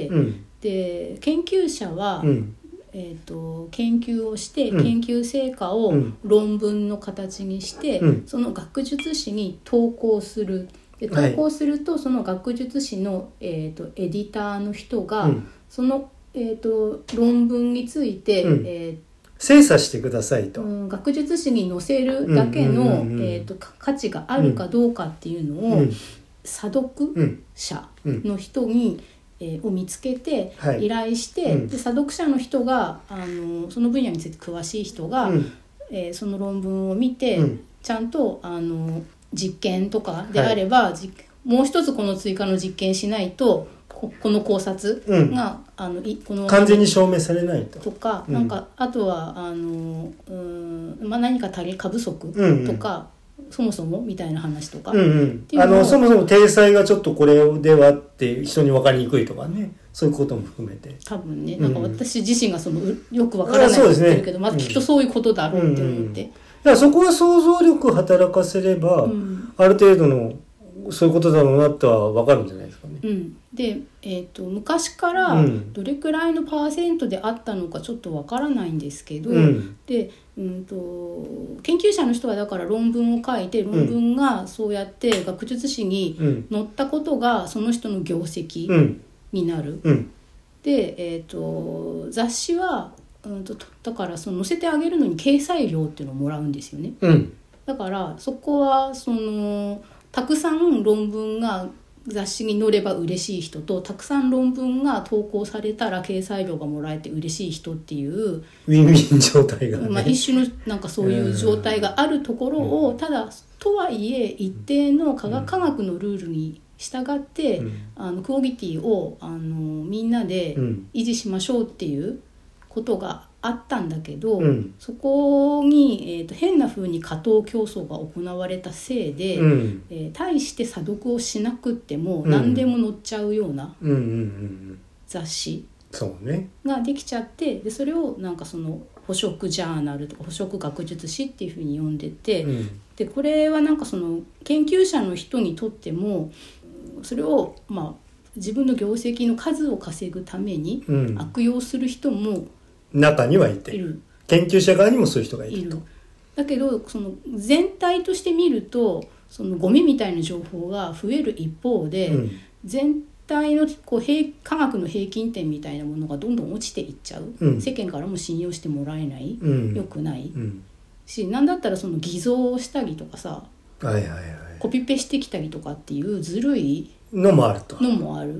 うん、で研究者は、うんえー、と研究をして、うん、研究成果を論文の形にして、うん、その学術誌に投稿する。で投稿すると、はい、その学術誌の、えー、とエディターの人が、うん、その、えー、と論文について、うんえー、精査してくださいと、 うん、学術誌に載せるだけの、うんうんうんうんえー、と価値があるかどうかっていうのを、うん、査読者の人に、うんえー、を見つけて依頼して、はいうん、で査読者の人があのその分野について詳しい人が、うんえー、その論文を見て、うん、ちゃんとあの実験とかであれば、はい、もう一つこの追加の実験しないと こ, この考察が、うん、あのいこの完全に証明されないととか、うん、なんかあとはあのうーん、まあ、何か足り過不足とか、うんうん、そもそもみたいな話とか、うんうん、 あのそもそも体裁がちょっとこれではって人に分かりにくいとかね、そういうことも含めて多分ね、なんか私自身がそのよく分からないと言ってるけど、まあ、きっとそういうことだろうって思って、うんうん、 だからそこは想像力働かせれば、うん、ある程度のそういうことだろうなとは分かるんじゃないですかね。 うん、で、えーと、昔からどれくらいのパーセントであったのかちょっと分からないんですけど、うん、で、うんと、研究者の人はだから論文を書いて論文がそうやって学術誌に載ったことがその人の業績になる。うんうん、で、えーと、雑誌はうんとだからその載せてあげるのに掲載料っていうのをもらうんですよね。うん、だからそこはそのたくさん論文が雑誌に載れば嬉しい人とたくさん論文が投稿されたら掲載料がもらえて嬉しい人っていうウィンウィン状態がね、 まあ、一種のなんかそういう状態があるところを、うん、ただとはいえ一定の科学、科学のルールに従って、うん、あのクオリティをあのみんなで維持しましょうっていうことがあったんだけど、うん、そこに、えーと、変な風に過当競争が行われたせいで、うんえー、対して査読をしなくっても何でも載っちゃうような雑誌ができちゃって、でそれをなんかその捕食ジャーナルとか捕食学術誌っていう風に呼んでて、うん、でこれはなんかその研究者の人にとってもそれをまあ自分の業績の数を稼ぐために悪用する人も中にはいている、研究者側にもそういう人がいると。 だけどその全体として見るとそのゴミみたいな情報が増える一方で、うん、全体のこう平科学の平均点みたいなものがどんどん落ちていっちゃう、うん、世間からも信用してもらえない、うん、良くない、うん、し、なんだったらその偽造をしたりとかさ、はいはいはい、コピペしてきたりとかっていうずるいのもあるとのもある、うん、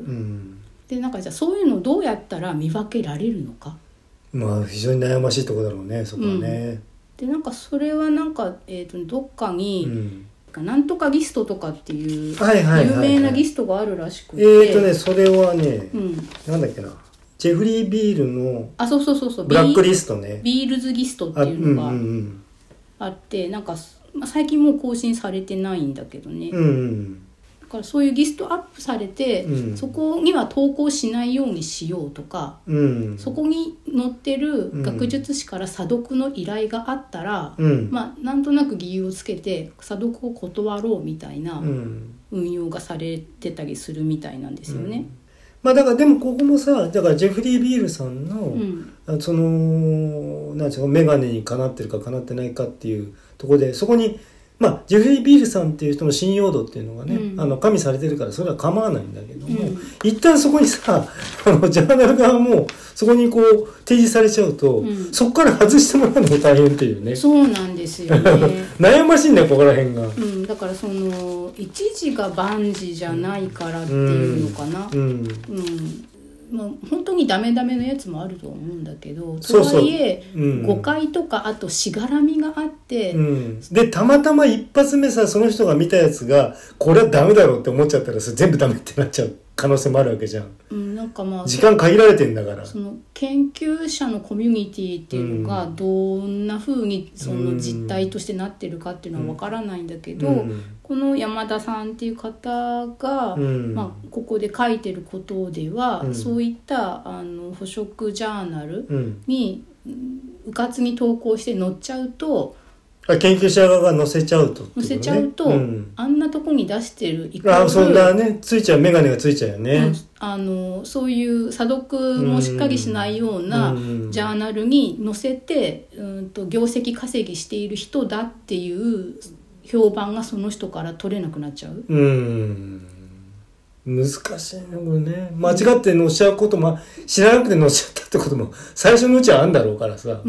でなんかじゃあそういうのをどうやったら見分けられるのか、 まあ非常に悩ましいところだろうね、そこはね、 うん、でなんかそれはなんか、えーと、どっかにかなんとかギストとかっていうはいはいはいはい、 有名なギストがあるらしくて、 えーとねそれはね、うん、なんだっけなジェフリー・ビールのあそうそうそうそうブラックリストねビールズギストっていうのがあって、うんうんうん、なんか、まあ、最近もう更新されてないんだけどね、 うんうん、 だからそういうギストアップされて、うん、そこには投稿しないようにしようとか、うん、そこに載ってる学術誌から査読の依頼があったら、うん、まあなんとなく理由をつけて査読を断ろうみたいな運用がされてたりするみたいなんですよね、うん、 まあだからでもここもさだからジェフリー・ビールさんの、うん、そのなんていうのメガネにかなってるかかなってないかっていうところでそこにまあ、ジェフリー・ビールさんっていう人の信用度っていうのがね、うん、あの加味されてるからそれは構わないんだけども、うん、一旦そこにさあのジャーナル側もそこにこう提示されちゃうと、うん、そこから外してもらうのも大変っていうねそうなんですよね悩ましいんだよここら辺が、 うん、だからその一時が万事じゃないからっていうのかな、うんうんうんまあ、本当にダメダメのやつもあると思うんだけどとはいえそうそう、うん、誤解とかあとしがらみがあって、 うん、でたまたま一発目さその人が見たやつがこれはダメだろうって思っちゃったらそれ全部ダメってなっちゃう可能性もあるわけじゃん、 うん、なんかまあ時間限られてんだからその研究者のコミュニティっていうのがどんな風にその実態としてなってるかっていうのは分からないんだけど、うんうん、この山田さんっていう方が、うんまあ、ここで書いてることでは、うん、そういったあの捕食ジャーナルにうかつに投稿して載っちゃうと研究者側が載せちゃうと、ね、 載せちゃうと、うん、あんなとこに出してるイコールあそんなねついちゃうメガネがついちゃうよね、うん、 あのそういう査読もしっかりしないようなジャーナルに載せて、うんと業績稼ぎしている人だっていう評判がその人から取れなくなっちゃう。 うん難しいねこれね間違って載せちゃうことも知らなくて載せちゃったってことも最初のうちはあるんだろうからさ、 うん、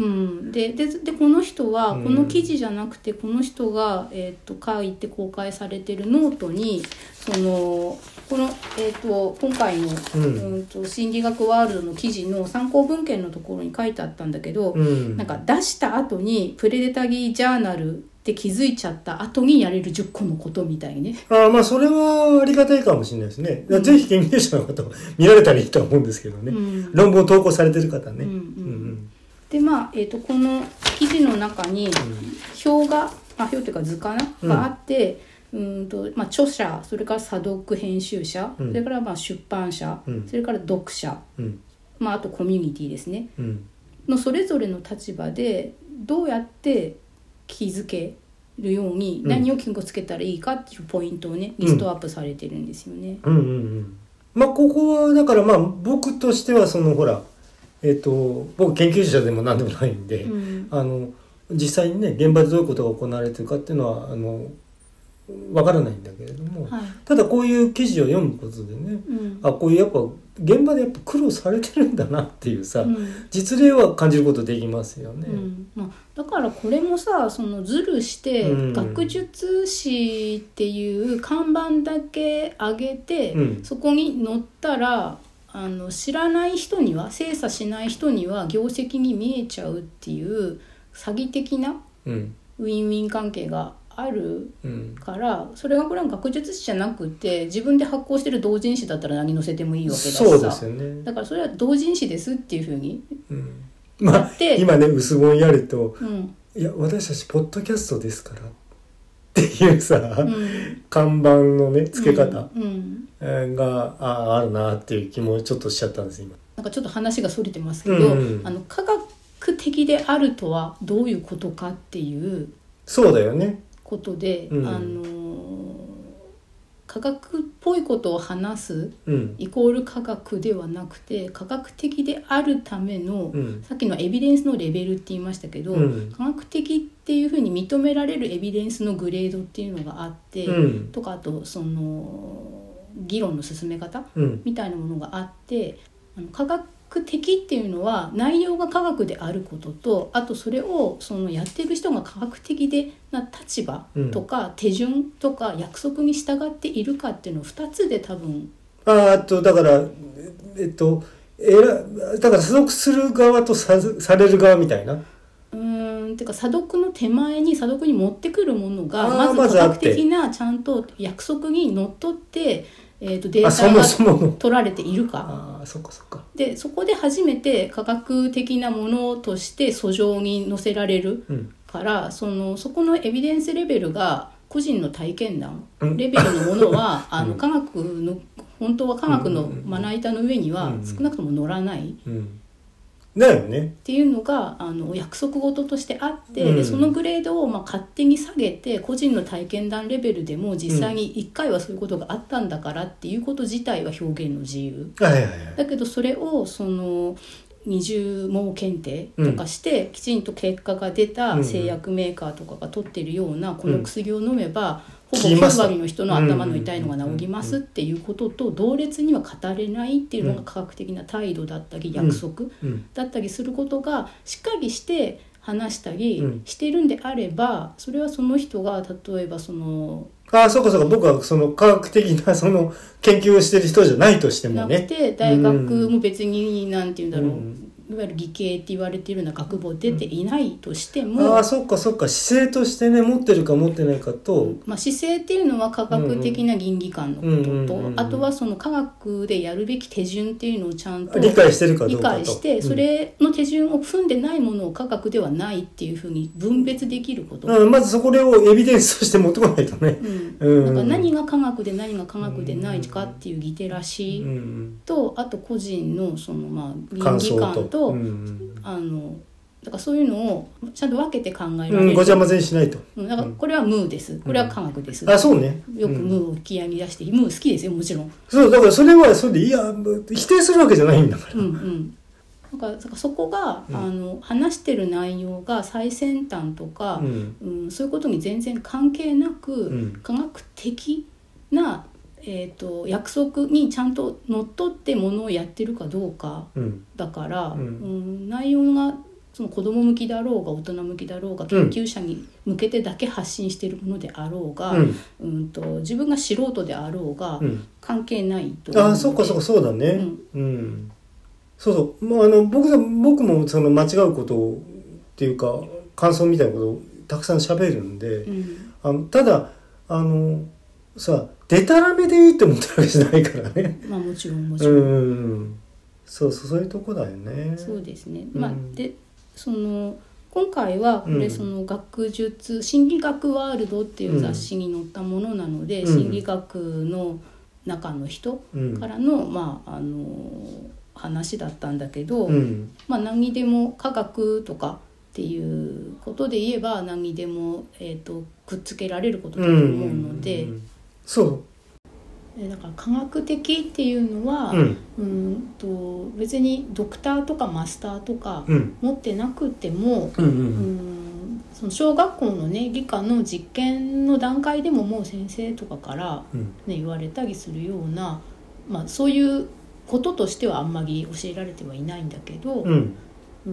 で, で, でこの人はこの記事じゃなくて、うん、この人が、えー、と書いて公開されてるノートにそのこの、えー、と今回の、うんうん、と心理学ワールドの記事の参考文献のところに書いてあったんだけど、うん、なんか出した後にプレデタギージャーナルって気づいちゃった後にやれるじゅっこのことみたいね。 ああまあそれはありがたいかもしれないですね、うん、ぜひ研究者の方見られたらいいと思うんですけどね、うん、論文を投稿されてる方ね、うんうんうん、 でまあ、えー、とこの記事の中に表が、まあ、表というか図かな、うん、があってうんと、まあ、著者それから査読編集者、うん、それからまあ出版社、うん、それから読者、うんまあ、あとコミュニティですね、うん、のそれぞれの立場でどうやって気づけるように何を気をつけたらいいかっていうポイントをね、うん、リストアップされてるんですよね、 うんうんうん、まあここはだからまあ僕としてはそのほらえっと僕研究者でも何でもないんで、うん、あの実際にね現場でどういうことが行われてるかっていうのはあのわからないんだけれども、はい、ただこういう記事を読むことでね、うん、あこういうやっぱ現場でやっぱ苦労されてるんだなっていうさ、うん、実例は感じることできますよね、 うんまあ、だからこれもさそのズルして、うん、学術誌っていう看板だけ上げて、うん、そこに載ったらあの知らない人には精査しない人には業績に見えちゃうっていう詐欺的なウィンウィン関係があるから、うん、それがこれは学術誌じゃなくて自分で発行してる同人誌だったら何載せてもいいわけだしさそうですよね、 だからそれは同人誌ですっていうふうに、 うん、まあ今ね薄ぼんやりと、うん、いや私たちポッドキャストですからっていうさ、うん、看板のね付け方が あ, あるなっていう気もちょっとしちゃったんです今。 なんかちょっと話がそれてますけど、うんうん、あの科学的であるとはどういうことかっていうそうだよねことで、うん、あの科学っぽいことを話す、うん、イコール科学ではなくて科学的であるための、うん、さっきのエビデンスのレベルって言いましたけど、うん、科学的っていうふうに認められるエビデンスのグレードっていうのがあって、うん、とかあとその議論の進め方、みたいなものがあってあの科学的っていうのは内容が科学であることとあとそれをそのやってる人が科学的でな立場とか、うん、手順とか約束に従っているかっていうのをふたつで多分ああとだからえっとえらだから所属する側と さ, される側みたいなうーんていうか査読の手前に査読に持ってくるものがまず科学的なちゃんと約束にのっとって、えー、とデータが取られているか。 あ、そっかそっか。 でそこで初めて科学的なものとして訴状に載せられるから、うん、そのそこのエビデンスレベルが個人の体験談レベルのものは、うん、あの科学の本当は科学のまな板の上には少なくとも乗らない、 うんうんうんだよね、 っていうのがあの約束事としてあって、うん、でそのグレードをまあ勝手に下げて個人の体験談レベルでも実際にいっかいはそういうことがあったんだからっていうこと自体は表現の自由、 はいはいはい、 だけどそれをその二重網検定とかしてきちんと結果が出た製薬メーカーとかが取ってるようなこの薬を飲めばほぼきゅうわりの人の頭の痛いのが治りますっていうことと同列には語れないっていうのが科学的な態度だったり約束だったりすることがしっかりして話したりしてるんであれば、それはその人が例えばそのああ、そうかそうか、僕はその科学的なその研究をしてる人じゃないとしてもね。 なくて大学も別になんていうんだろう、うんいわゆる理系って言われているような学部を出ていないとしても、うん、 ああそっかそっか、姿勢としてね持ってるか持ってないかと、 まあ、姿勢っていうのは科学的な倫理観のことと、うんうん、あとはその科学でやるべき手順っていうのをちゃんと理解してるかどうかと理解して、それの手順を踏んでないものを科学ではないっていうふうに分別できること、 うん、まずそこをエビデンスとして持ってこないとね、 うんうん、なんか何が科学で何が科学でないかっていうリテラシーと、あと個人のそのまあ倫理観とうん、あのだからそういうのをちゃんと分けて考えられる、 うん、ごちゃ混ぜにしないと、 うん、だからこれはムーです、これは科学です、 うん、あそうね、 よくムーを気合いに出して、ムー好きですよもちろん。 そうだからそれはそれでいや否定するわけじゃないんだから、 うんうんだから、だからそこが、うん、あの話してる内容が最先端とか、うんうん、そういうことに全然関係なく、うん、科学的なえー、と約束にちゃんとのっとってものをやってるかどうかだから、うんうん、内容がその子ども向きだろうが大人向きだろうが研究者に向けてだけ発信しているものであろうが、うんうんと自分が素人であろうが関係ないと思うので、 あそっかそっかそうだね、うんうん、そうそう、まあ、あの 僕, 僕もその間違うことをっていうか感想みたいなことをたくさん喋るんで、うん、あのただあのさデタラメでいいって思ってるわけじゃないからね。 まあもちろんもちろん。うん、 そうそうそういうとこだよね。 そうですね。まあ、うん、でその今回はこれその学術、うん、心理学ワールドっていう雑誌に載ったものなので、うん、心理学の中の人からの、うん、まああの話だったんだけど、うん、まあ何にでも科学とかっていうことで言えば何にでもえっとくっつけられることだと思うので。うんうんうんそうだから科学的っていうのは、うん、うんと別にドクターとかマスターとか持ってなくても、うんうんうん、その小学校のね理科の実験の段階でももう先生とかから、ね、言われたりするような、まあ、そういうこととしてはあんまり教えられてはいないんだけど、うんうん、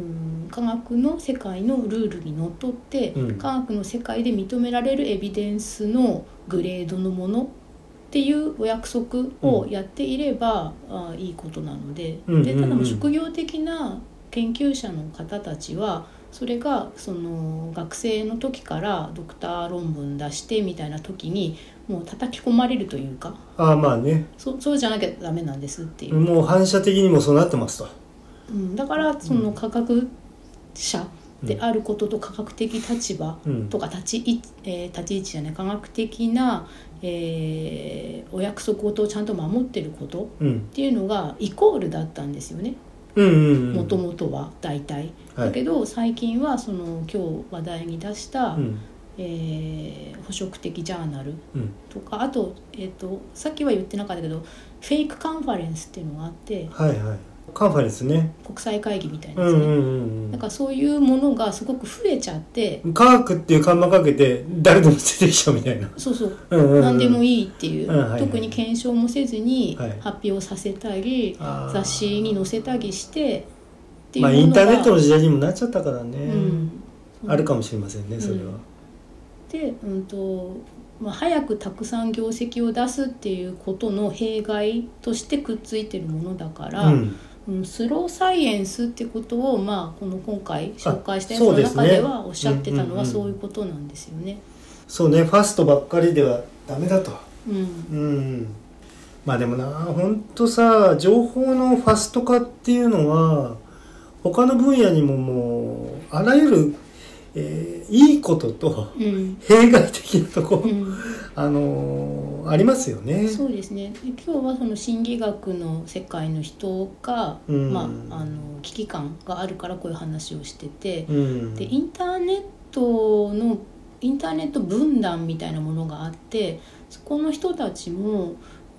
科学の世界のルールにのっとって、うん、科学の世界で認められるエビデンスのグレードのものっていうお約束をやっていれば、うん、あいいことなので、うんうんうん、でただの職業的な研究者の方たちはそれがその学生の時からドクター論文出してみたいな時にもう叩き込まれるというか、 あまあね、 そそうじゃなきゃダメなんですっていう、 もう反射的にもそうなってますと、 うん、だからその科学者であることと科学的立場とか立ち位置、えー、立ち位置じゃない科学的な、えー、お約束事をちゃんと守ってることっていうのがイコールだったんですよね、もともとは大体、はい、だけど最近はその今日話題に出した、うんえー、捕食的ジャーナルとか、うん、あと、えーと、さっきは言ってなかったけどフェイクカンファレンスっていうのがあって、 はいはいカンファレンスね、 国際会議みたいなですね、うんうんうん、だからそういうものがすごく増えちゃって科学っていう看板かけて誰でも出てきちゃうみたいな、 そうそう、うんうんうん、何でもいいっていう、うんはいはい、特に検証もせずに発表させたり、はい、雑誌に載せたりしてっていうものが、まあ、 インターネットの時代にもなっちゃったからね、うん、あるかもしれませんねそれは、うん、 で、うんとまあ、早くたくさん業績を出すっていうことの弊害としてくっついてるものだから、うんうん、スローサイエンスってことを、まあ、この今回紹介したやつの中ではおっしゃってたのはそういうことなんですよね。 そうね、ファストばっかりではダメだと。 うん、 うん、まあでもな、本当さ、情報のファスト化っていうのは他の分野にももうあらゆる、えー、いいことと弊害的なところ、うん、あのー、ありますよね。 そうですね。今日はその心理学の世界の人が、うん、まあ、あの危機感があるからこういう話をしてて、うん、でインターネットのインターネット分断みたいなものがあって、そこの人たちも、うん、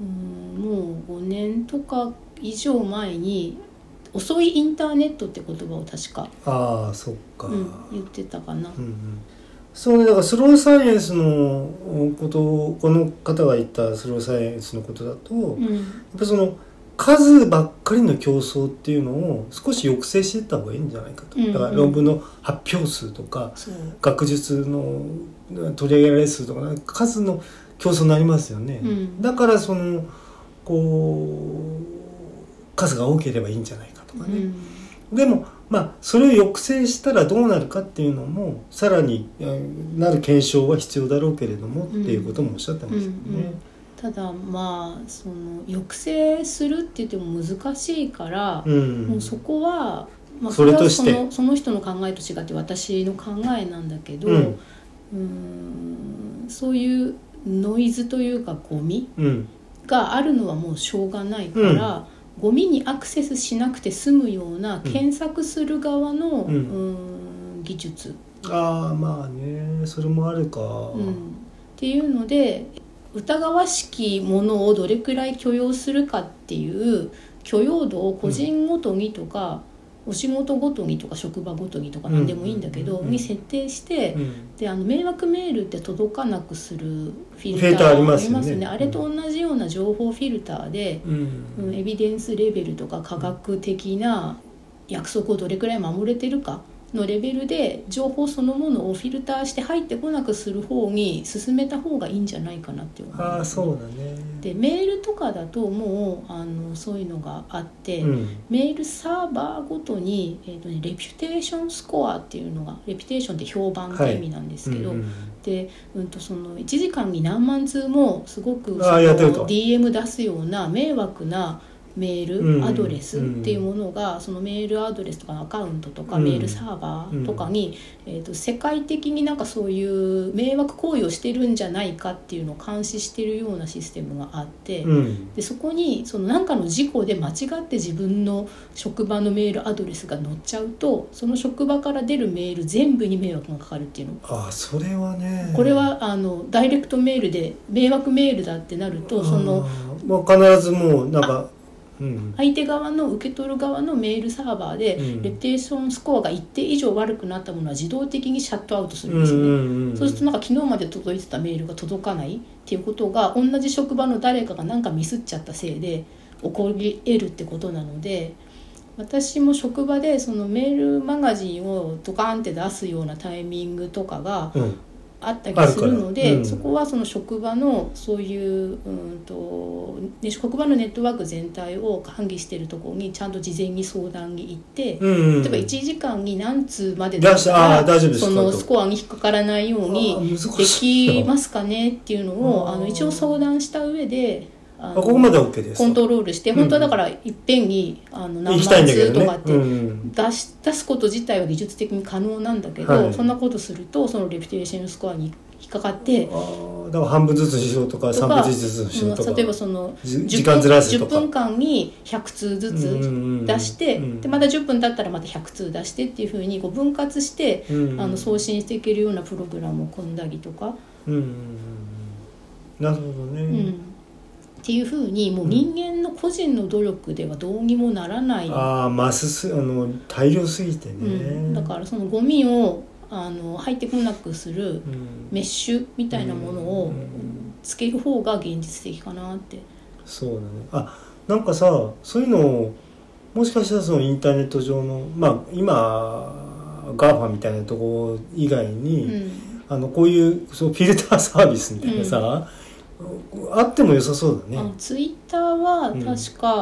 もうごねんとか以上前に遅いインターネットって言葉を確かああそっか、 うん、言ってたかな、 うんうん、そうね。だからスローサイエンスのことをこの方が言ったスローサイエンスのことだと、うん、やっぱりその数ばっかりの競争っていうのを少し抑制していった方がいいんじゃないかと、うんうん、だから論文の発表数とか学術の取り上げられる数とか数の競争になりますよね、うん、だからそのこう数が多ければいいんじゃないかとかね、うん、でもまあそれを抑制したらどうなるかっていうのもさらになる検証は必要だろうけれども、うん、っていうこともおっしゃってましたよね、うんうん。 ただまあその抑制するって言っても難しいから、うん、もうそこは、まあ、それはその、その人の考えと違って私の考えなんだけど、うん、うーんそういうノイズというかゴミがあるのはもうしょうがないから、うん、ゴミにアクセスしなくて済むような検索する側の、うんうん、技術、 ああまあねそれもあるか、 うん、っていうので疑わしきものをどれくらい許容するかっていう許容度を個人ごとにとか、うん、お仕事ごとにとか職場ごとにとか何でもいいんだけど、うん、に設定して、うん、であの迷惑メールって届かなくするフィルターありますよね。あれと同じような情報フィルターで、うんうん、エビデンスレベルとか科学的な約束をどれくらい守れてるかのレベルで情報そのものをフィルターして入ってこなくする方に進めた方がいいんじゃないかなって思う、ね、 ああそうだね。 でメールとかだともうあのそういうのがあって、うん、メールサーバーごとに、えーとね、レピュテーションスコアっていうのがレピュテーションって評判って意味なんですけど、はいうんうん、で、うんとそのいちじかんに何万通もすごくその ディーエム 出すような迷惑なメールアドレスっていうものが、うん、そのメールアドレスとかのアカウントとか、うん、メールサーバーとかに、うんえーと、世界的になんかそういう迷惑行為をしてるんじゃないかっていうのを監視してるようなシステムがあって、うん、でそこにその何かの事故で間違って自分の職場のメールアドレスが載っちゃうとその職場から出るメール全部に迷惑がかかるっていうの。 あそれはねこれはあのダイレクトメールで迷惑メールだってなるとその、 まあ、必ずもうなんかうん、 相手側の受け取る側のメールサーバーで、うん、レピュテーションスコアが一定以上悪くなったものは自動的にシャットアウトするんですよね、うんうんうん、そうするとなんか昨日まで届いてたメールが届かないっていうことが同じ職場の誰かがなんかミスっちゃったせいで起こり得るってことなので私も職場でそのメールマガジンをドカーンって出すようなタイミングとかが、うんあったりするので、うん、そこはその職場のそういう、うんとね、職場のネットワーク全体を管理しているところにちゃんと事前に相談に行って、うんうん、例えばいちじかんに何通までだったらそのスコアに引っかからないようにできますかねっていうのをあの一応相談した上であのここまで OK です。 コントロールして、本当はだからいっぺんにあの何万通とかって出し、出すこと自体は技術的に可能なんだけど、はい、そんなことするとそのレピュテーションスコアに引っかかってあだから半分ずつにしようとかさんぶんずつにしようとか例えばその時間ずらすとかじゅっぷんかんにひゃくつうずつ出して、うんうん、でまたじゅっぷん経ったらまたひゃくつう出してっていう風にこう分割して、うんうん、あの送信していけるようなプログラムを組んだりとか、 うんうんうん、なるほどね、 うんっていう風にもう人間の個人の努力ではどうにもならない、うん、 ああマスすあの大量すぎてね、うん、だからそのゴミをあの入ってこなくするメッシュみたいなものをつける方が現実的かなって、うんうん、 そうだね。あなんかさそういうのをもしかしたらそのインターネット上のまあ今ガーファみたいなところ以外に、うん、あのこういうそのフィルターサービスみたいなさ、うんあっても良さそうだね。 ツイッターは確か、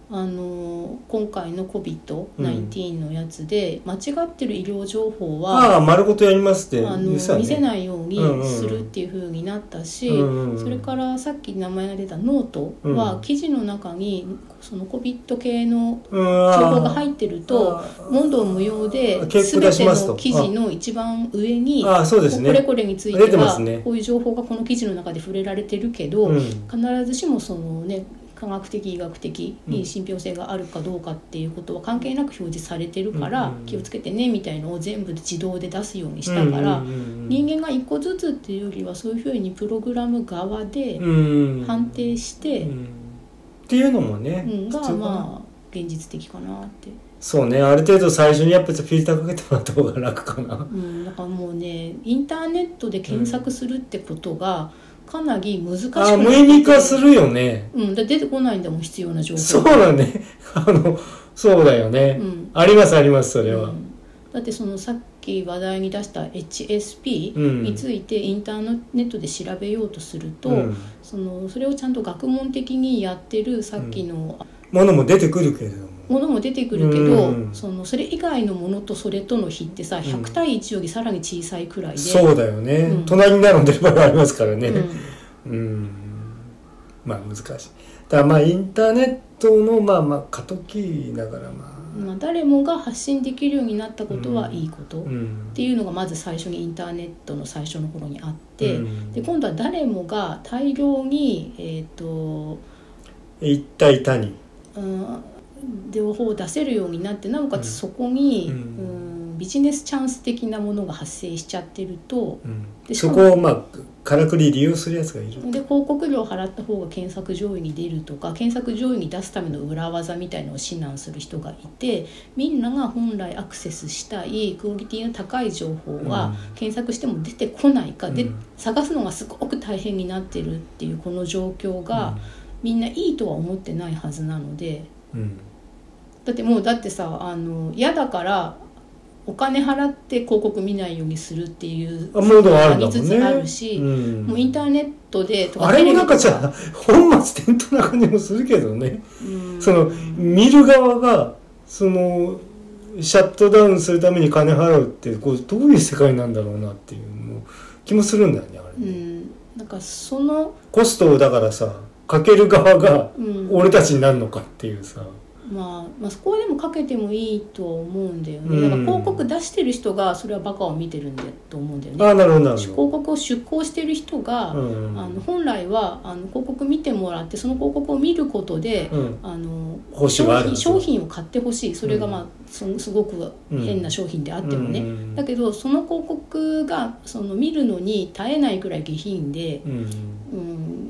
あの今回の コビッドナインティーン のやつで、間違ってる医療情報は、 ああ丸ごとやりますってあの見せないようにするっていう風になったし、うんうん、それからさっき名前が出たノートは記事の中にその コビッド 系の情報が入ってると問答無用で全ての記事の一番上にああそうですね、 これこれについてはこういう情報がこの記事の中で触れられてるけど、うん、必ずしもそのね科学的医学的に信憑性があるかどうかっていうことは関係なく表示されてるから気をつけてねみたいのを全部自動で出すようにしたから、人間が一個ずつっていうよりはそういうふうにプログラム側で判定してっていうのもね、 うん、がまあ現実的かなって。 そうね、ある程度最初にやっぱりフィルターかけてもらった方が楽かな、 うん、だからもうねインターネットで検索するってことがかなり難しくなって、 あ、無意味化するよね。 うん、だ出てこないんだもん必要な情報。 そうだね。あのそうだよね、うん。ありますありますそれは、うん。 だってそのさっき話題に出した エイチエスピー についてインターネットで調べようとすると、うん、そのそれをちゃんと学問的にやってるさっきの、うん、 ものも出てくるけれども。 ものも出てくるけど、うん、そのそれ以外のものとそれとの比ってさひゃく対いちよりさらに小さいくらいで、 そうだよね、うん、隣に並んでる場合がありますからね、うん、うん、まあ難しい。だからまあインターネットのまあまあ過渡期だからまあ、 まあ誰もが発信できるようになったことはいいことっていうのがまず最初にインターネットの最初の頃にあって、うん、で今度は誰もが大量にえっと一対他に、 うん両方出せるようになって、なおかつそこに、うんうん、ビジネスチャンス的なものが発生しちゃってると、うん、 でそこをまあからくり利用するやつがいる。 で広告料払った方が検索上位に出るとか検索上位に出すための裏技みたいのを指南する人がいて、みんなが本来アクセスしたいクオリティの高い情報は検索しても出てこないか、うん、で探すのがすごく大変になってるっていうこの状況が、うん、みんないいとは思ってないはずなので、うんだってもうだってさあの嫌だからお金払って広告見ないようにするっていうモードはあるんだもんね。 つつあるし、うん、もうインターネットでとかあれもなんかじゃあ本末転倒な感じもするけどね、うん、その見る側がそのシャットダウンするために金払うってこうどういう世界なんだろうなっていうの気もするんだよねあれね、うん、 なんかそのコストをだからさかける側が俺たちになるのかっていうさ、うんまあ、まあそこでもかけてもいいと思うんだよね、うん、だから広告出してる人がそれはバカを見てるんだと思うんだよね。 あ、なるほどなるほど。 広告を出稿してる人が、うん、あの本来はあの広告見てもらってその広告を見ることで、うん、あの商品、商品を買ってほしい。それが、まあ、うん、すごく変な商品であってもね、うん、だけどその広告がその見るのに耐えないくらい下品で、うんうん、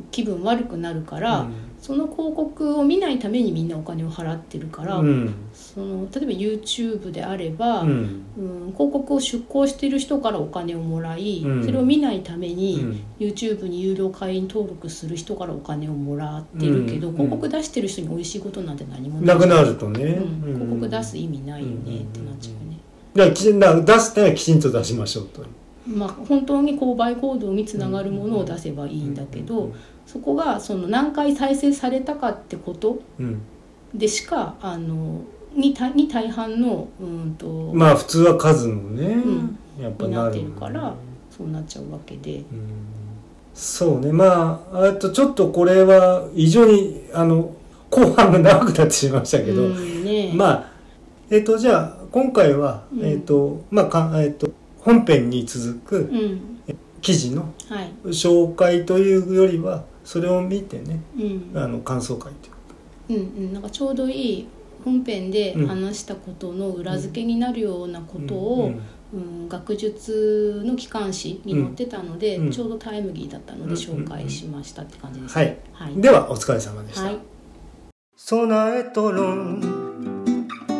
気分悪くなるから、うんその広告を見ないためにみんなお金を払ってるから、うん、その例えば YouTube であれば、うんうん、広告を出稿してる人からお金をもらい、うん、それを見ないために、うん、YouTube に有料会員登録する人からお金をもらってるけど、うん、広告出してる人に美味しいことなんて何もないなくなるとね、うん、広告出す意味ないよねってなっちゃうね。 だからきちんと出すならきちんと出しましょうと。 まあ、本当に購買行動につながるものを出せばいいんだけど、そこがその何回再生されたかってことでしか、あのにに大半のうんとまあ普通は数のね、うん、 やっぱなってるからそうなっちゃうわけで、うん、 そうね。まああとちょっとこれは非常にあの後半が長くなってしまいましたけど、うんね、まあえっ、ー、とじゃあ今回は、うん、えっ、ー、とまあかえっ、ー、と本編に続く、うん、記事の紹介というよりはそれを見てね、うん、あの感想会という、 うんうん、なんかちょうどいい本編で話したことの裏付けになるようなことを、うんうんうん、学術の機関誌に載ってたので、うん、ちょうどタイムリーだったので紹介しましたって感じですね、 はいはい、ではお疲れ様でした、はい、備えとろん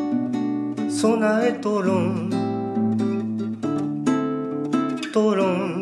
備えとろんトロン